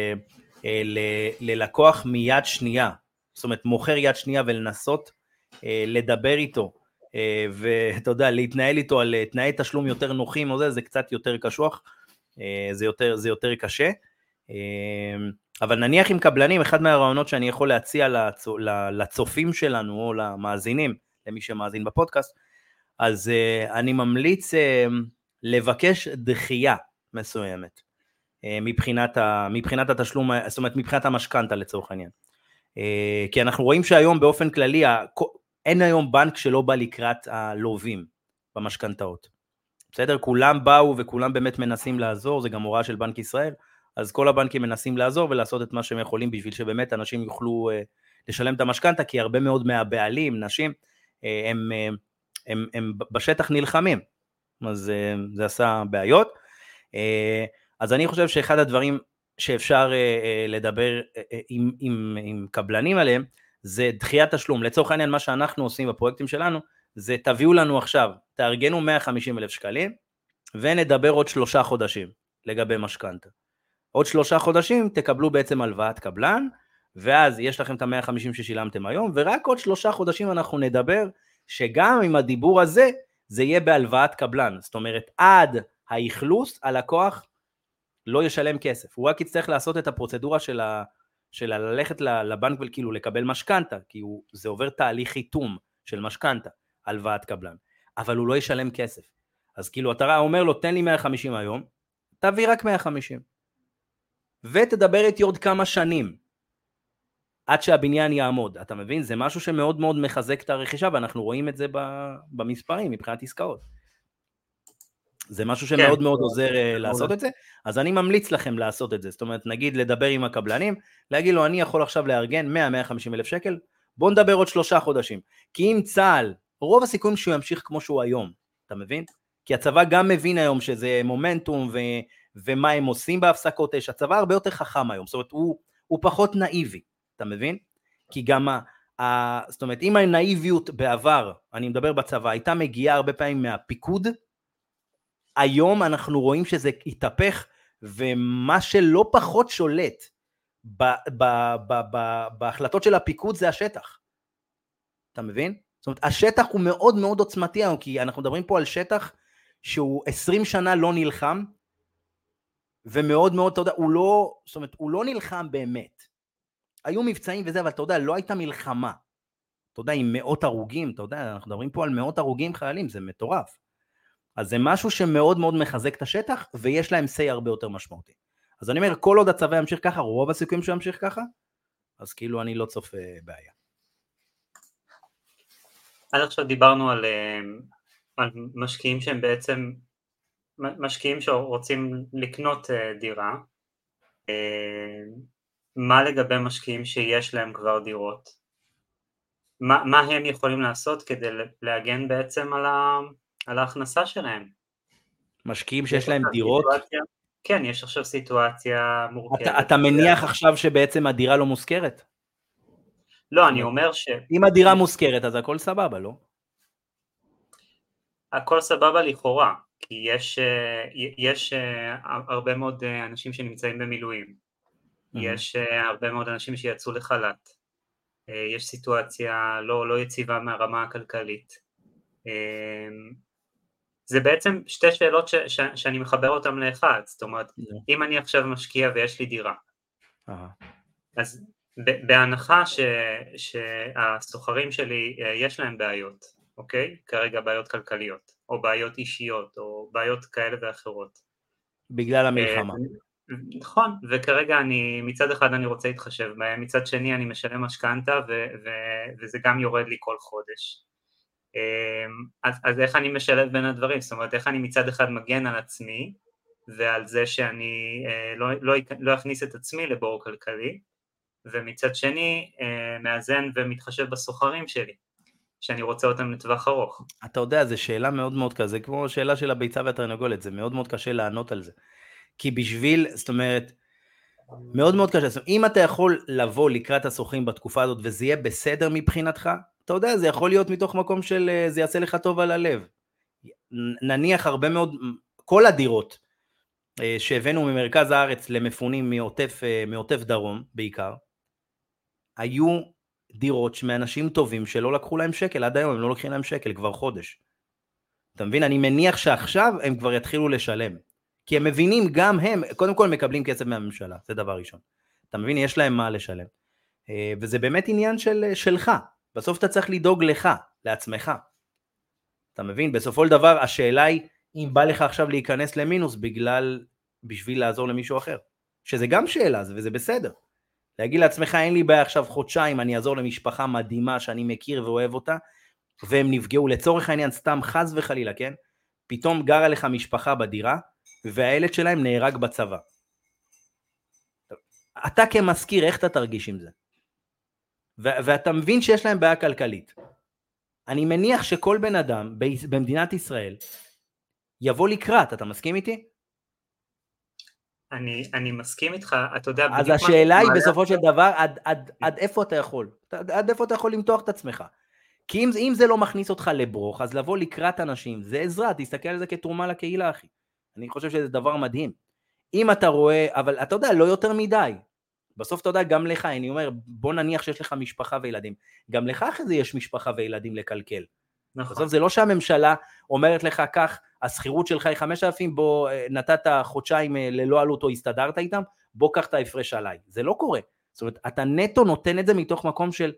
ללקוח מיד שנייה, זאת אומרת מוכר יד שנייה ולנסות לדבר איתו, ואתה יודע, להתנהל איתו על תנאי תשלום יותר נוחים, או זה קצת יותר קשוח, זה יותר קשה, אבל נניח עם קבלנים, אחד מהרעיונות שאני יכול להציע לצופים שלנו, או למאזינים, למי שמאזין בפודקאסט, אז אני ממליץ לבקש דחייה מסוימת, מבחינת התשלום, זאת אומרת מבחינת המשכנתא לצורך העניין, כי אנחנו רואים שהיום באופן כללי, אין היום בנק שלא בא לקראת הלווים במשכנתאות, בסדר? כולם באו וכולם באמת מנסים לעזור, זה גם הוראה של בנק ישראל, אז כל הבנקים מנסים לעזור ולעשות את מה שהם יכולים, בשביל שבאמת אנשים יוכלו לשלם את המשכנתה, כי הרבה מאוד מהבעלים, נשים, הם בשטח נלחמים, אז זה עשה בעיות. אז אני חושב שאחד הדברים שאפשר לדבר עם קבלנים עליהם, זה דחיית תשלום. לצורך העניין, מה שאנחנו עושים בפרויקטים שלנו, זה תביאו לנו עכשיו, תארגנו 150,000 שקלים, ונדבר עוד 3 חודשים לגבי משכנתה. עוד 3 חודשים תקבלו בעצם הלוואת קבלן, ואז יש לכם את ה-150 ששילמתם היום, ורק עוד 3 חודשים אנחנו נדבר, שגם עם הדיבור הזה, זה יהיה בהלוואת קבלן. זאת אומרת, עד האכלוס, הלקוח לא ישלם כסף. הוא רק יצטרך לעשות את הפרוצדורה של ללכת לבנק וכאילו לקבל משכנתה, כי זה עובר תהליך חיתום של משכנתה, הלוואת קבלן. אבל הוא לא ישלם כסף. אז כאילו אתה אומר לו, תן לי 150 היום, תביא רק 150. ותדבר איתי עוד כמה שנים, עד שהבניין יעמוד. אתה מבין? זה משהו שמאוד מאוד מחזק את הרכישה, ואנחנו רואים את זה במספרים, מבחינת עסקאות. זה משהו שמאוד מאוד עוזר לעשות את זה, אז אני ממליץ לכם לעשות את זה. זאת אומרת, נגיד לדבר עם הקבלנים, להגיד לו, אני יכול עכשיו לארגן 100-150 אלף שקל, בוא נדבר עוד 3 חודשים. כי אם צה"ל, רוב הסיכויים שהוא ימשיך כמו שהוא היום, אתה מבין? כי הצבא גם מבין היום שזה מומנטום ומה הם עושים בהפסקות אש, הצבא הרבה יותר חכם היום, זאת אומרת, הוא פחות נאיבי, אתה מבין? כי גם, זאת אומרת, אם הנאיביות בעבר, אני מדבר בצבא, הייתה מגיעה הרבה פעמים מהפיקוד, היום אנחנו רואים שזה התהפך, ומה שלא פחות שולט בהחלטות של הפיקוד זה השטח, אתה מבין? זאת אומרת, השטח הוא מאוד מאוד עוצמתי היום, כי אנחנו מדברים פה על שטח שהוא 20 שנה לא נלחם, ומאוד מאוד, אתה יודע, זאת אומרת, הוא לא נלחם באמת. היו מבצעים וזה, אבל אתה יודע, לא הייתה מלחמה. אתה יודע, עם מאות הרוגים, אתה יודע, אנחנו מדברים פה על מאות הרוגים חיילים, זה מטורף. אז זה משהו שמאוד מאוד מחזק את השטח, ויש להם סי הרבה יותר משמעותי. אז אני אומר, כל עוד הצבא ימשיך ככה, רוב הסיכויים שהוא ימשיך ככה, אז כאילו אני לא צופה בעיה. עד עכשיו דיברנו על משקיעים שהם בעצם, משקיעים שרוצים לקנות דירה, מה לגבי משקיעים שיש להם כבר דירות? מה הם יכולים לעשות כדי להגן בעצם על ההכנסה שלהם? משקיעים שיש להם דירות? כן, יש עכשיו סיטואציה מורכבת. אתה מניח עכשיו שבעצם הדירה לא מוזכרת? לא, אני אומר אם הדירה מוזכרת, אז הכל סבבה, לא? הכל סבבה לכאורה, כי יש הרבה מאוד אנשים שנמצאים במילואים, יש הרבה מאוד אנשים שיצאו לחל"ת, יש סיטואציה לא יציבה מהרמה הכלכלית. זה בעצם שתי שאלות שאני מחבר אותם לאחד, זאת אומרת, אם אני עכשיו משקיע ויש לי דירה, אז בהנחה שהסוחרים שלי יש להם בעיות, אוקיי? כרגע בעיות כלכליות, או בעיות אישיות, או בעיות כאלה ואחרות. בגלל המלחמה. נכון, וכרגע מצד אחד אני רוצה להתחשב בהם, מצד שני אני משלם משכנתה, וזה גם יורד לי כל חודש. אז איך אני משלב בין הדברים? זאת אומרת, איך אני מצד אחד מגן על עצמי, ועל זה שאני לא אכניס את עצמי לבור כלכלי, ומצד שני מאזן ומתחשב בסוחרים שלי, שאני רוצה אותם לטווח ארוך. אתה יודע, זו שאלה מאוד מאוד כזה, כמו שאלה של הביצה והתרנגולת, זה מאוד מאוד קשה לענות על זה. כי זאת אומרת, מאוד מאוד קשה. זאת אומרת, אם אתה יכול לבוא לקראת הסוחרים בתקופה הזאת, וזה יהיה בסדר מבחינתך, אתה יודע, זה יכול להיות מתוך מקום זה יעשה לך טוב על הלב. נניח הרבה מאוד, כל הדירות שהבאנו ממרכז הארץ למפונים מעוטף דרום בעיקר, היו דירות מאנשים טובים שלא לקחו להם שקל, עד היום הם לא לוקחים להם שקל כבר חודש. אתה מבין? אני מניח שעכשיו הם כבר יתחילו לשלם. כי הם מבינים גם הם, קודם כל מקבלים כסף מהממשלה, זה דבר ראשון. אתה מבין? יש להם מה לשלם. וזה באמת עניין שלך. בסוף אתה צריך לדאוג לך, לעצמך. אתה מבין? בסופו של דבר השאלה היא, אם בא לך עכשיו להיכנס למינוס בשביל לעזור למישהו אחר. שזה גם שאלה, וזה בסדר. להגיד לעצמך, אין לי בעיה עכשיו חודשיים, אני אעזור למשפחה מדהימה שאני מכיר ואוהב אותה, והם נפגעו לצורך העניין סתם חס וחלילה, כן? פתאום גרה לך משפחה בדירה, והילד שלהם נהרג בצבא. אתה כמזכיר, איך אתה תרגיש עם זה? ואתה מבין שיש להם בעיה כלכלית. אני מניח שכל בן אדם במדינת ישראל יבוא לקראת, אתה מסכים איתי? אני מסכים איתך, אתה יודע אז בדיוק מה... השאלה היא בסופו של דבר, עד איפה אתה יכול? עד איפה אתה יכול למתוח את עצמך? כי אם זה לא מכניס אותך לברוך, אז לבוא לקראת אנשים, זה עזרה, תסתכל על זה כתרומה לקהילה, אחי. אני חושב שזה דבר מדהים. אם אתה רואה, אבל אתה יודע, לא יותר מדי. בסוף אתה יודע, גם לך, אני אומר, בוא נניח שיש לך משפחה וילדים. גם לך אחרי זה יש משפחה וילדים לקלקל. נכון. בסוף זה לא שהממשלה אומרת לך כך, השכירות שלך היא 5,000, בוא נתת חודשיים ללא עלות או הסתדרת איתם, בוא קח את ההפרש עליי. זה לא קורה. זאת אומרת, אתה נטו נותן את זה מתוך מקום של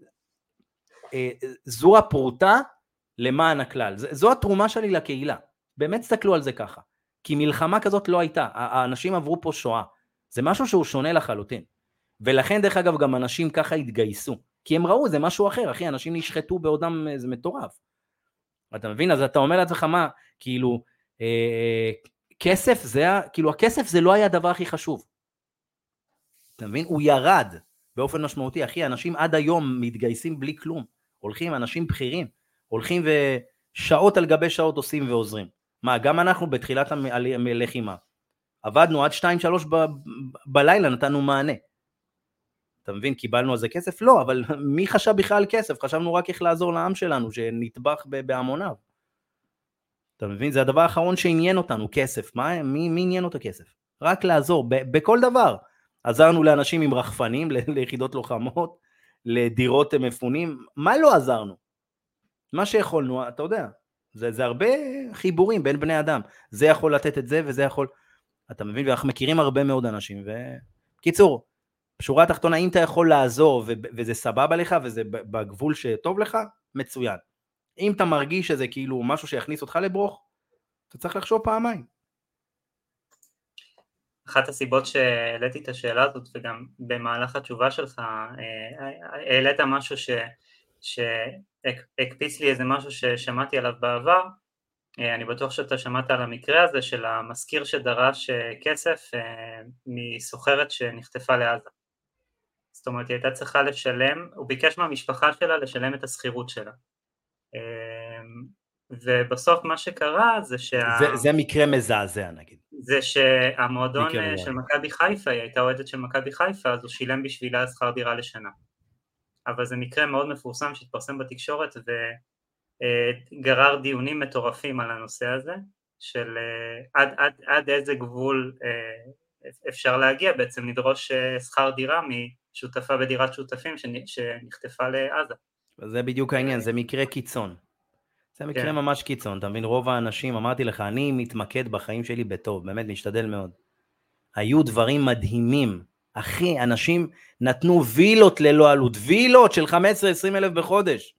זו הפרוטה למען הכלל. זו התרומה שלי לקהילה. באמת תסתכלו על זה ככה. כי מלחמה כזאת לא הייתה. האנשים עברו פה שואה. זה משהו שהוא שונה לחלוטין. ולכן דרך אגב גם אנשים ככה התגייסו. כי הם ראו, זה משהו אחר, אחי. אנשים נשחטו בעודם, זה מטורף. אתה מבין? אז אתה אומר לעצמך מה, כאילו, כסף זה, כאילו הכסף זה לא היה הדבר הכי חשוב. אתה מבין? הוא ירד באופן משמעותי. אחי, אנשים עד היום מתגייסים בלי כלום. הולכים, אנשים בכירים, הולכים ושעות על גבי שעות עושים ועוזרים. מה, גם אנחנו בתחילת הלחימה, עבדנו עד 2-3 בלילה, נתנו מענה. אתה מבין, קיבלנו על זה כסף? לא, אבל מי חשב בכלל על כסף? חשבנו רק איך לעזור לעם שלנו, שנטבח בהמוניו. אתה מבין, זה הדבר האחרון שעניין אותנו, כסף. מי עניין אותו כסף? רק לעזור, בכל דבר. עזרנו לאנשים עם רחפנים, ליחידות לוחמות, לדירות מפונים, מה לא עזרנו? מה שיכולנו, אתה יודע, זה הרבה חיבורים בין בני אדם, זה יכול לתת את זה וזה יכול, אתה מבין, ואנחנו מכירים הרבה מאוד אנשים, וקיצור, בשורה התחתונה, אם אתה יכול לעזור, וזה סבבה לך, וזה בגבול שטוב לך, מצוין. אם אתה מרגיש שזה כאילו משהו שיכניס אותך לברוך, אתה צריך לחשוב פעמיים. אחת הסיבות שהעליתי את השאלה הזאת, וגם במהלך התשובה שלך, העלית משהו שהקפיץ לי איזה משהו ששמעתי עליו בעבר, אני בטוח שאתה שמעת על המקרה הזה של המזכיר שדרש כסף מסוחרת שנחטפה לעזה. זאת אומרת, היא הייתה צריכה לשלם, הוא ביקש מהמשפחה שלה לשלם את השכירות שלה. ובסוף מה שקרה זה זה מקרה מזעזע נגיד. זה שהמועדון של מכבי חיפה, היא הייתה אוהדת של מכבי חיפה, אז הוא שילם בשבילה שכר דירה לשנה. אבל זה מקרה מאוד מפורסם שהתפרסם בתקשורת וגרר דיונים מטורפים על הנושא הזה, של עד איזה גבול אפשר להגיע בעצם לדרוש שכר דירה משותפה בדירת שותפים שנחטפה לעזה. זה בדיוק העניין, זה מקרה קיצון. זה מקרה ממש קיצון, אתה מבין, רוב האנשים, אמרתי לך, אני מתמקד בחיים שלי בטוב, באמת משתדל מאוד. היו דברים מדהימים, אחי, אנשים נתנו וילות ללא עלות, וילות של 15-20 אלף בחודש.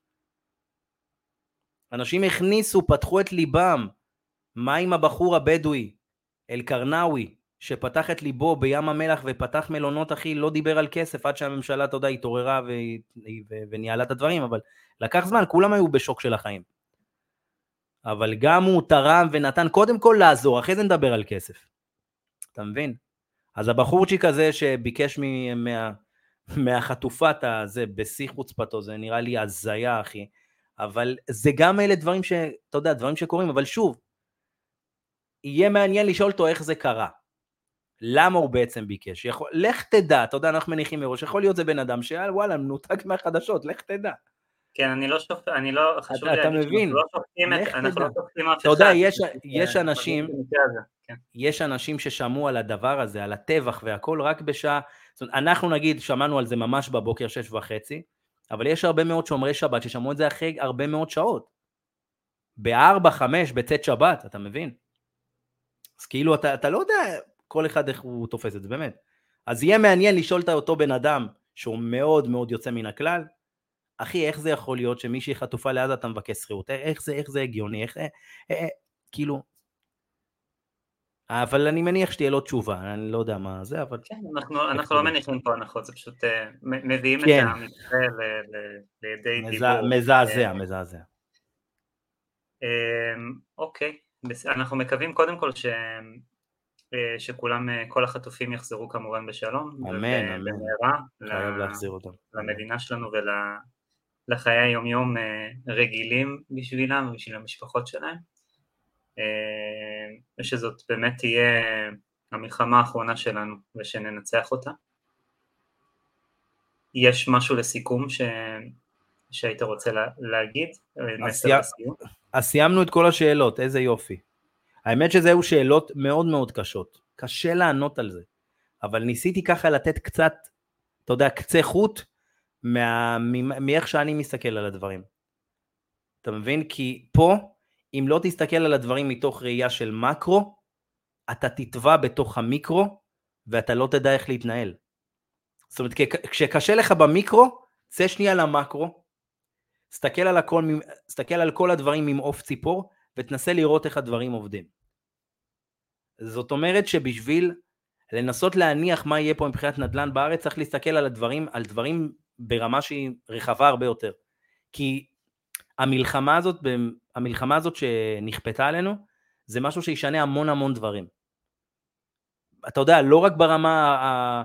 אנשים הכניסו, פתחו את ליבם. מה עם הבחור הבדואי, אל-קרנאווי, שפתח את ליבו בים המלח ופתח מלונות, אחי, לא דיבר על כסף, עד שהממשלה, אתה יודע, התעוררה וניהלה את הדברים, אבל לקח זמן, כולם היו בשוק של החיים. אבל גם הוא תרם ונתן קודם כל לעזור, אחרי זה נדבר על כסף. אתה מבין? אז הבחורצ'יק הזה שביקש מהחטופת הזה, בשיא חוצפתו, זה נראה לי הזיה, אחי. אבל זה גם אלה דברים אתה יודע, דברים שקורים, אבל שוב, יהיה מעניין לשאול אותו איך זה קרה. למה הוא בעצם ביקש? לך תדע, אתה יודע, אנחנו מניחים מראש, יכול להיות זה בן אדם שוואלה, מנותק מהחדשות, לך תדע. כן, אני לא חשוב אתה מבין, אנחנו לא שופטים אף אחד. אתה יודע, יש אנשים ששמעו על הדבר הזה, על הטבח והכל רק בשעה, זאת אומרת, אנחנו נגיד שמענו על זה ממש בבוקר 6:30, אבל יש הרבה מאוד שומרי שבת ששמעו את זה אחרי הרבה מאוד שעות. ב-4-5 בצאת שבת, אתה מבין? אז כאילו אתה לא יודע כל אחד איך הוא תופס את זה, באמת. אז יהיה מעניין לשאול את אותו בן אדם שהוא מאוד מאוד יוצא מן הכלל, אחי, איך זה יכול להיות שמישהי חטופה לעזה אתה מבקש שכירות? איך זה הגיוני? כאילו, אבל אני מניח שתהיה לו תשובה, אני לא יודע מה זה, אבל... כן, אנחנו לא מניחים פה הנחות, זה פשוט מביאים את המקרה לידי דיבור. מזעזע. אוקיי, אנחנו מקווים קודם כל שכולם, כל החטופים יחזרו כמובן בשלום, אמן, אמן. ובמהרה חייב להחזיר אותם. למדינה שלנו ולחיי היום-יום רגילים בשבילם ובשביל המשפחות שלהם, ושזאת באמת תהיה המלחמה האחרונה שלנו ושננצח אותה. יש משהו לסיכום שהיית רוצה להגיד? מסר לסיום? אז סיימנו את כל השאלות, איזה יופי. האמת שזהו שאלות מאוד מאוד קשות, קשה לענות על זה, אבל ניסיתי ככה לתת קצת, אתה יודע, קצה חוט, מאיך שאני מסתכל על הדברים. אתה מבין? כי פה, אם לא תסתכל על הדברים מתוך ראייה של מקרו, אתה תטבע בתוך המיקרו, ואתה לא תדע איך להתנהל. זאת אומרת, כשקשה לך במיקרו, צא שנייה למקרו, תסתכל על כל הדברים עם אוף ציפור, ותנסה לראות איך הדברים עובדים. זאת אומרת שבשביל לנסות להניח מה יהיה פה מבחינת נדל"ן בארץ, צריך להסתכל על דברים ברמה שהיא רחבה הרבה יותר. כי המלחמה הזאת שנכפתה עלינו, זה משהו שישנה המון המון דברים. אתה יודע, לא רק ברמה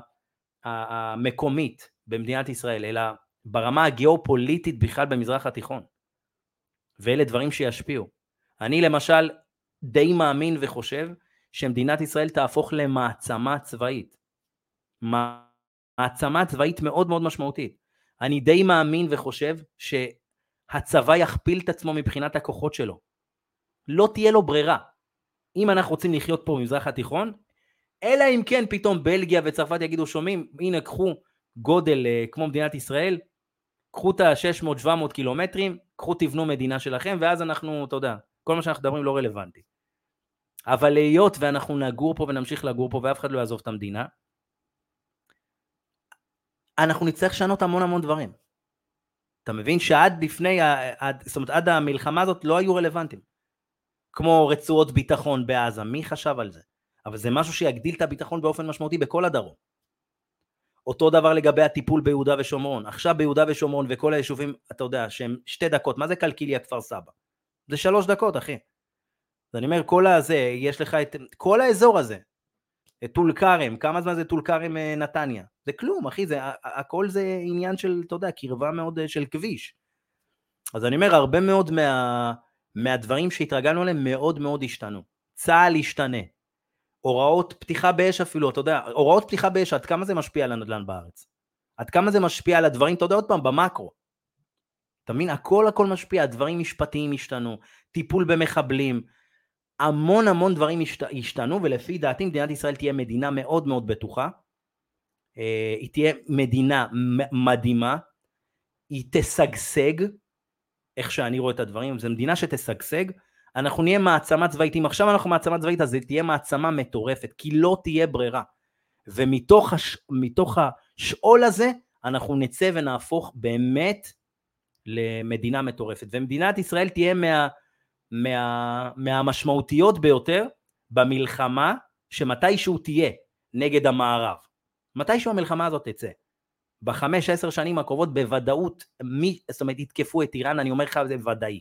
המקומית במדינת ישראל, אלא ברמה הגיאופוליטית בכלל במזרח התיכון. ואלה דברים שישפיעו. אני למשל די מאמין וחושב שמדינת ישראל תהפוך למעצמה צבאית. מעצמה צבאית מאוד מאוד משמעותית. אני די מאמין וחושב שהצבא יכפיל את עצמו מבחינת הכוחות שלו. לא תהיה לו ברירה. אם אנחנו רוצים לחיות פה במזרח התיכון, אלא אם כן פתאום בלגיה וצרפת יגידו שומעים, הנה קחו גודל כמו מדינת ישראל, קחו את ה-600-700 קילומטרים, קחו תבנו מדינה שלכם, ואז אנחנו, אתה יודע, כל מה שאנחנו מדברים לא רלוונטי. אבל להיות ואנחנו נגור פה ונמשיך לגור פה, ואף אחד לא יעזוב את המדינה, אנחנו נצטרך לשנות המון המון דברים. אתה מבין שעד לפני, זאת אומרת, עד המלחמה הזאת לא היו רלוונטיים. כמו רצועות ביטחון בעזה, מי חשב על זה? אבל זה משהו שיגדיל את הביטחון באופן משמעותי בכל הדרום. אותו דבר לגבי הטיפול ביהודה ושומרון. עכשיו ביהודה ושומרון וכל היישובים, אתה יודע, שהם 2 דקות, מה זה קלקיליה כפר סבא? זה 3 דקות, אחי. אז אני אומר, כל הזה, יש לך את כל האזור הזה, את טול כרם, כמה זמן זה טול כרם נתניה? זה כלום, אחי, הכל זה עניין של, אתה יודע, קרבה מאוד של כביש. אז אני אומר, הרבה מאוד מהדברים שהתרגלנו עליהם מאוד מאוד השתנו. צה"ל השתנה. הוראות פתיחה באש אפילו, אתה יודע, הוראות פתיחה באש, עד כמה זה משפיע על הנדל"ן בארץ? עד כמה זה משפיע על הדברים, אתה יודע עוד פעם, במקרו. אתה מבין, הכל משפיע, דברים משפטיים השתנו, טיפול במחבלים, המון המון דברים השתנו, ולפי דעתי מדינת ישראל תהיה מדינה מאוד מאוד בטוחה, היא תהיה מדינה מדהימה, היא תשגשג, איך שאני רואה את הדברים, זו מדינה שתשגשג, אנחנו נהיה מעצמה צבאית, אם עכשיו אנחנו מעצמה צבאית, אז זה תהיה מעצמה מטורפת, כי לא תהיה ברירה, ומתוך השאול הזה, אנחנו נצא ונהפוך באמת למדינה מטורפת, ומדינת ישראל תהיה מהמשמעותיות ביותר במלחמה שמתישהו תהיה נגד המערב. מתישהו המלחמה הזאת תצא. ב5-10 שנים הקרובות בוודאות, זאת אומרת, יתקפו את איראן, אני אומר לך, זה ודאי.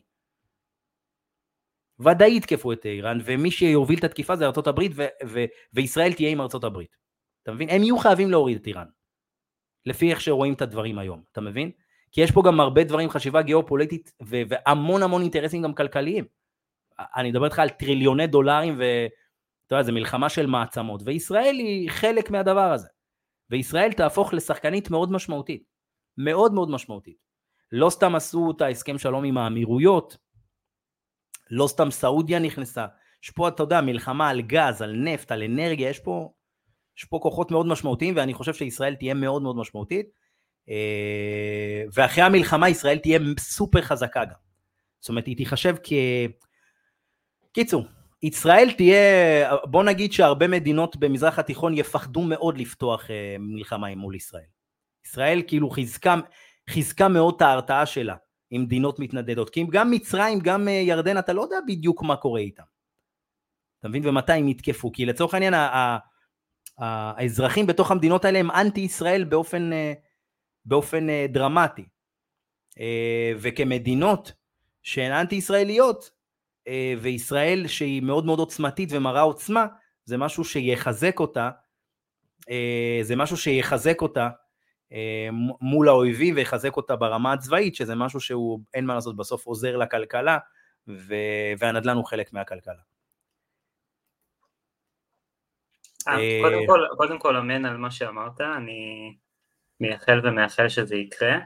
ודאי יתקפו את איראן, ומי שיוביל את התקיפה זה ארצות הברית, וישראל תהיה עם ארצות הברית. אתה מבין? הם יהיו חייבים להוריד את איראן. לפי איך שרואים את הדברים היום, אתה מבין? כי יש פה גם הרבה דברים, חשיבה גיאופוליטית, והמון המון אינטרסים גם כלכליים. אני מדבר איתך על טריליוני דולרים, ואתה יודע, זה מלחמה של מעצמות, וישראל היא חלק מהדבר הזה. וישראל תהפוך לשחקנית מאוד משמעותית. מאוד מאוד משמעותית. לא סתם עשו את ההסכם שלום עם האמירויות, לא סתם סעודיה נכנסה. יש פה, אתה יודע, מלחמה על גז, על נפט, על אנרגיה, יש פה כוחות מאוד משמעותיים, ואני חושב שישראל תהיה מאוד מאוד משמעותית, ואחרי המלחמה ישראל תהיה סופר חזקה גם. זאת אומרת, היא תיחשב קיצור, ישראל תהיה, בוא נגיד שהרבה מדינות במזרח התיכון יפחדו מאוד לפתוח מלחמה מול ישראל. ישראל כאילו חיזקה מאוד את ההרתעה שלה עם מדינות מתנדדות, כי גם מצרים, גם ירדן, אתה לא יודע בדיוק מה קורה איתם. אתה מבין? ומתי הם יתקפו? כי לצורך העניין, האזרחים בתוך המדינות האלה הם אנטי ישראל באופן דרמטי. וכמדינות שהן אנטי ישראליות, וישראל שהיא מאוד מאוד עוצמתית ומראה עוצמה, זה משהו שיחזק אותה, מול האויבים ויחזק אותה ברמה הצבאית, שזה משהו שהוא אין מה לעשות, בסוף עוזר לכלכלה, והנדל"ן הוא חלק מהכלכלה. קודם כל אמן על מה שאמרת, אני מייחל ומאחל שזה יקרה.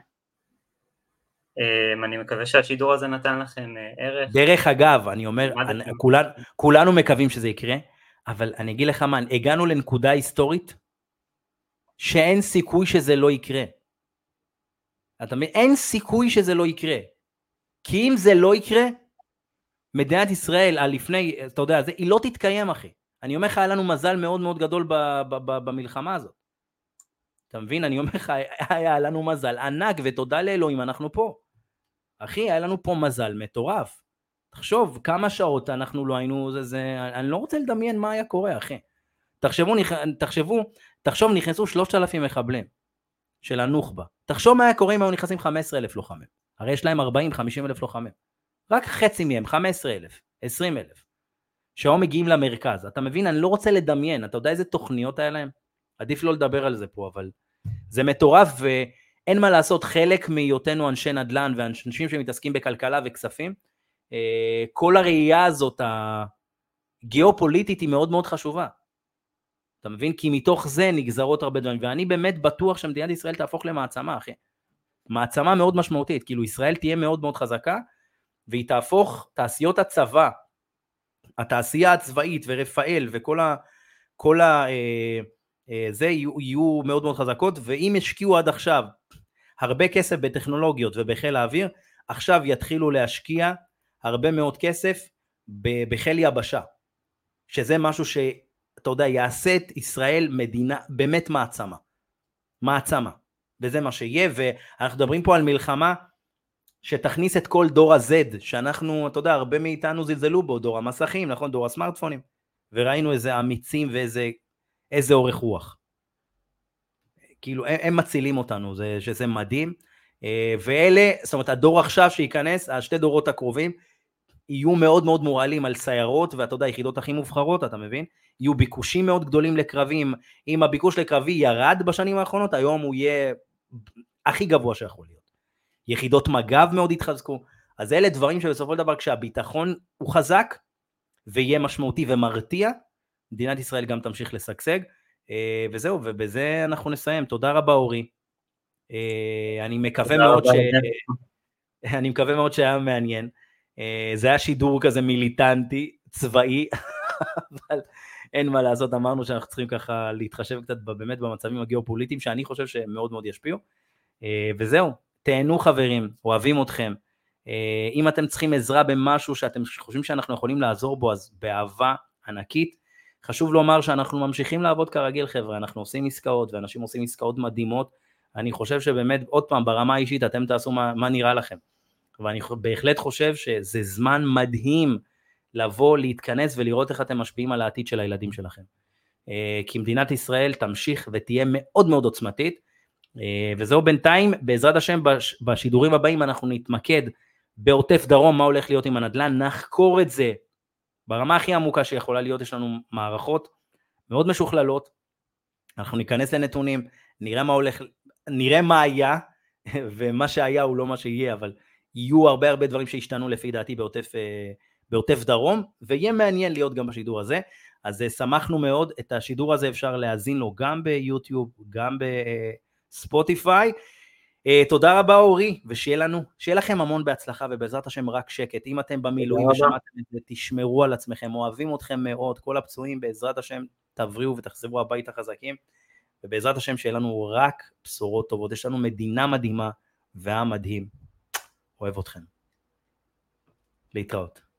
אני מקווה שהשידור הזה נתן לכם ערך. דרך אגב, אני אומר, כולנו מקווים שזה יקרה, אבל אני אגיד לך מה, הגענו לנקודה היסטורית, שאין סיכוי שזה לא יקרה. אתה מבין? אין סיכוי שזה לא יקרה. כי אם זה לא יקרה, מדינת ישראל, לפני, אתה יודע, היא לא תתקיים, אחי. אני אומר לך, היה לנו מזל מאוד מאוד גדול במלחמה הזאת. אתה מבין? אני אומר לך, היה לנו מזל ענק, ותודה לאלוהים, אנחנו פה. אחי, היה לנו פה מזל מטורף. תחשוב, כמה שעות אנחנו לא היינו, אני לא רוצה לדמיין מה היה קורה, אחי. תחשוב, נכנסו 3,000 מחבלים של הנוח'בה. תחשוב מה היה קורה אם היו נכנסים 15,000 לוחמים. הרי יש להם 40-50,000 לוחמים. רק חצי מהם, 15,000, 20,000. שהיום מגיעים למרכז. אתה מבין? אני לא רוצה לדמיין. אתה יודע איזה תוכניות היה להם? עדיף לא לדבר על זה פה, אבל זה מטורף, ואין מה לעשות. חלק מהיותנו אנשי נדל"ן ואנשים שמתעסקים בכלכלה וכספים, כל הראייה הזאת הגיאופוליטית היא מאוד מאוד חשובה. אתה מבין? כי מתוך זה נגזרות הרבה דברים, ואני באמת בטוח שמדינת ישראל תהפוך למעצמה, אחי. מעצמה מאוד משמעותית, כאילו ישראל תהיה מאוד מאוד חזקה, והיא תהפוך תעשיות הצבא, התעשייה הצבאית ורפאל וכל זה יהיו מאוד מאוד חזקות, ואם השקיעו עד עכשיו הרבה כסף בטכנולוגיות ובחיל האוויר, עכשיו יתחילו להשקיע הרבה מאוד כסף בחיל יבשה, שזה משהו שאתה יודע, יעשה את ישראל מדינה באמת מעצמה, וזה מה שיהיה, ואנחנו מדברים פה על מלחמה שתכניס את כל דור ה-Z, שאנחנו, אתה יודע, הרבה מאיתנו זלזלו בו, דור המסכים, נכון, דור הסמארטפונים, וראינו איזה אמיצים ואיזה אורך רוח. כאילו, הם מצילים אותנו, שזה מדהים, ואלה, זאת אומרת, הדור עכשיו שייכנס, השתי דורות הקרובים, יהיו מאוד מאוד מורעלים על סיירות, ואתה יודע, יחידות הכי מובחרות, אתה מבין? יהיו ביקושים מאוד גדולים לקרבים, אם הביקוש לקרבי ירד בשנים האחרונות, היום הוא יהיה הכי גבוה שיכול להיות. יחידות מג"ב מאוד התחזקו, אז אלה דברים שבסופו של דבר, כשהביטחון הוא חזק, ויהיה משמעותי ומרתיע, מדינת ישראל גם תמשיך לשגשג, וזהו, ובזה אנחנו נסיים. תודה רבה אורי, אני מקווה מאוד שהיה מעניין, זה היה שידור כזה מיליטנטי, צבאי, אבל אין מה לעשות, אמרנו שאנחנו צריכים ככה להתחשב קצת באמת במצבים הגיאופוליטיים, שאני חושב שהם מאוד מאוד ישפיעו, וזהו, תהנו חברים, אוהבים אתכם, אם אתם צריכים עזרה במשהו שאתם חושבים שאנחנו יכולים לעזור בו, אז באהבה ענקית. חשוב לומר שאנחנו ממשיכים לעבוד כרגיל חבר'ה, אנחנו עושים עסקאות, ואנשים עושים עסקאות מדהימות, אני חושב שבאמת, עוד פעם, ברמה האישית, אתם תעשו מה נראה לכם, ואני בהחלט חושב שזה זמן מדהים, לבוא, להתכנס ולראות איך אתם משפיעים על העתיד של הילדים שלכם, כי מדינת ישראל תמשיך ותהיה מאוד מאוד עוצמתית, וזהו בינתיים, בעזרת השם בשידורים הבאים אנחנו נתמקד בעוטף דרום, מה הולך להיות עם הנדל"ן, נחקור את זה ברמה הכי עמוקה שיכולה להיות, יש לנו מערכות מאוד משוכללות, אנחנו ניכנס לנתונים, נראה מה היה, ומה שהיה הוא לא מה שיהיה, אבל יהיו הרבה דברים שהשתנו לפי דעתי בעוטף דרום, ויהיה מעניין להיות גם בשידור הזה, אז שמחנו מאוד, את השידור הזה אפשר להאזין לו גם ביוטיוב, גם בספוטיפיי, תודה רבה אורי, ושיהיה לכם המון בהצלחה, ובעזרת השם רק שקט, אם אתם במילואים ושמעתם את זה, תשמרו על עצמכם, אוהבים אתכם מאוד, כל הפצועים בעזרת השם תבריאו ותחזרו הביתה חזקים, ובעזרת השם שיהיה לנו רק בשורות טובות, יש לנו מדינה מדהימה, ועם מדהים, אוהב אתכם, להתראות.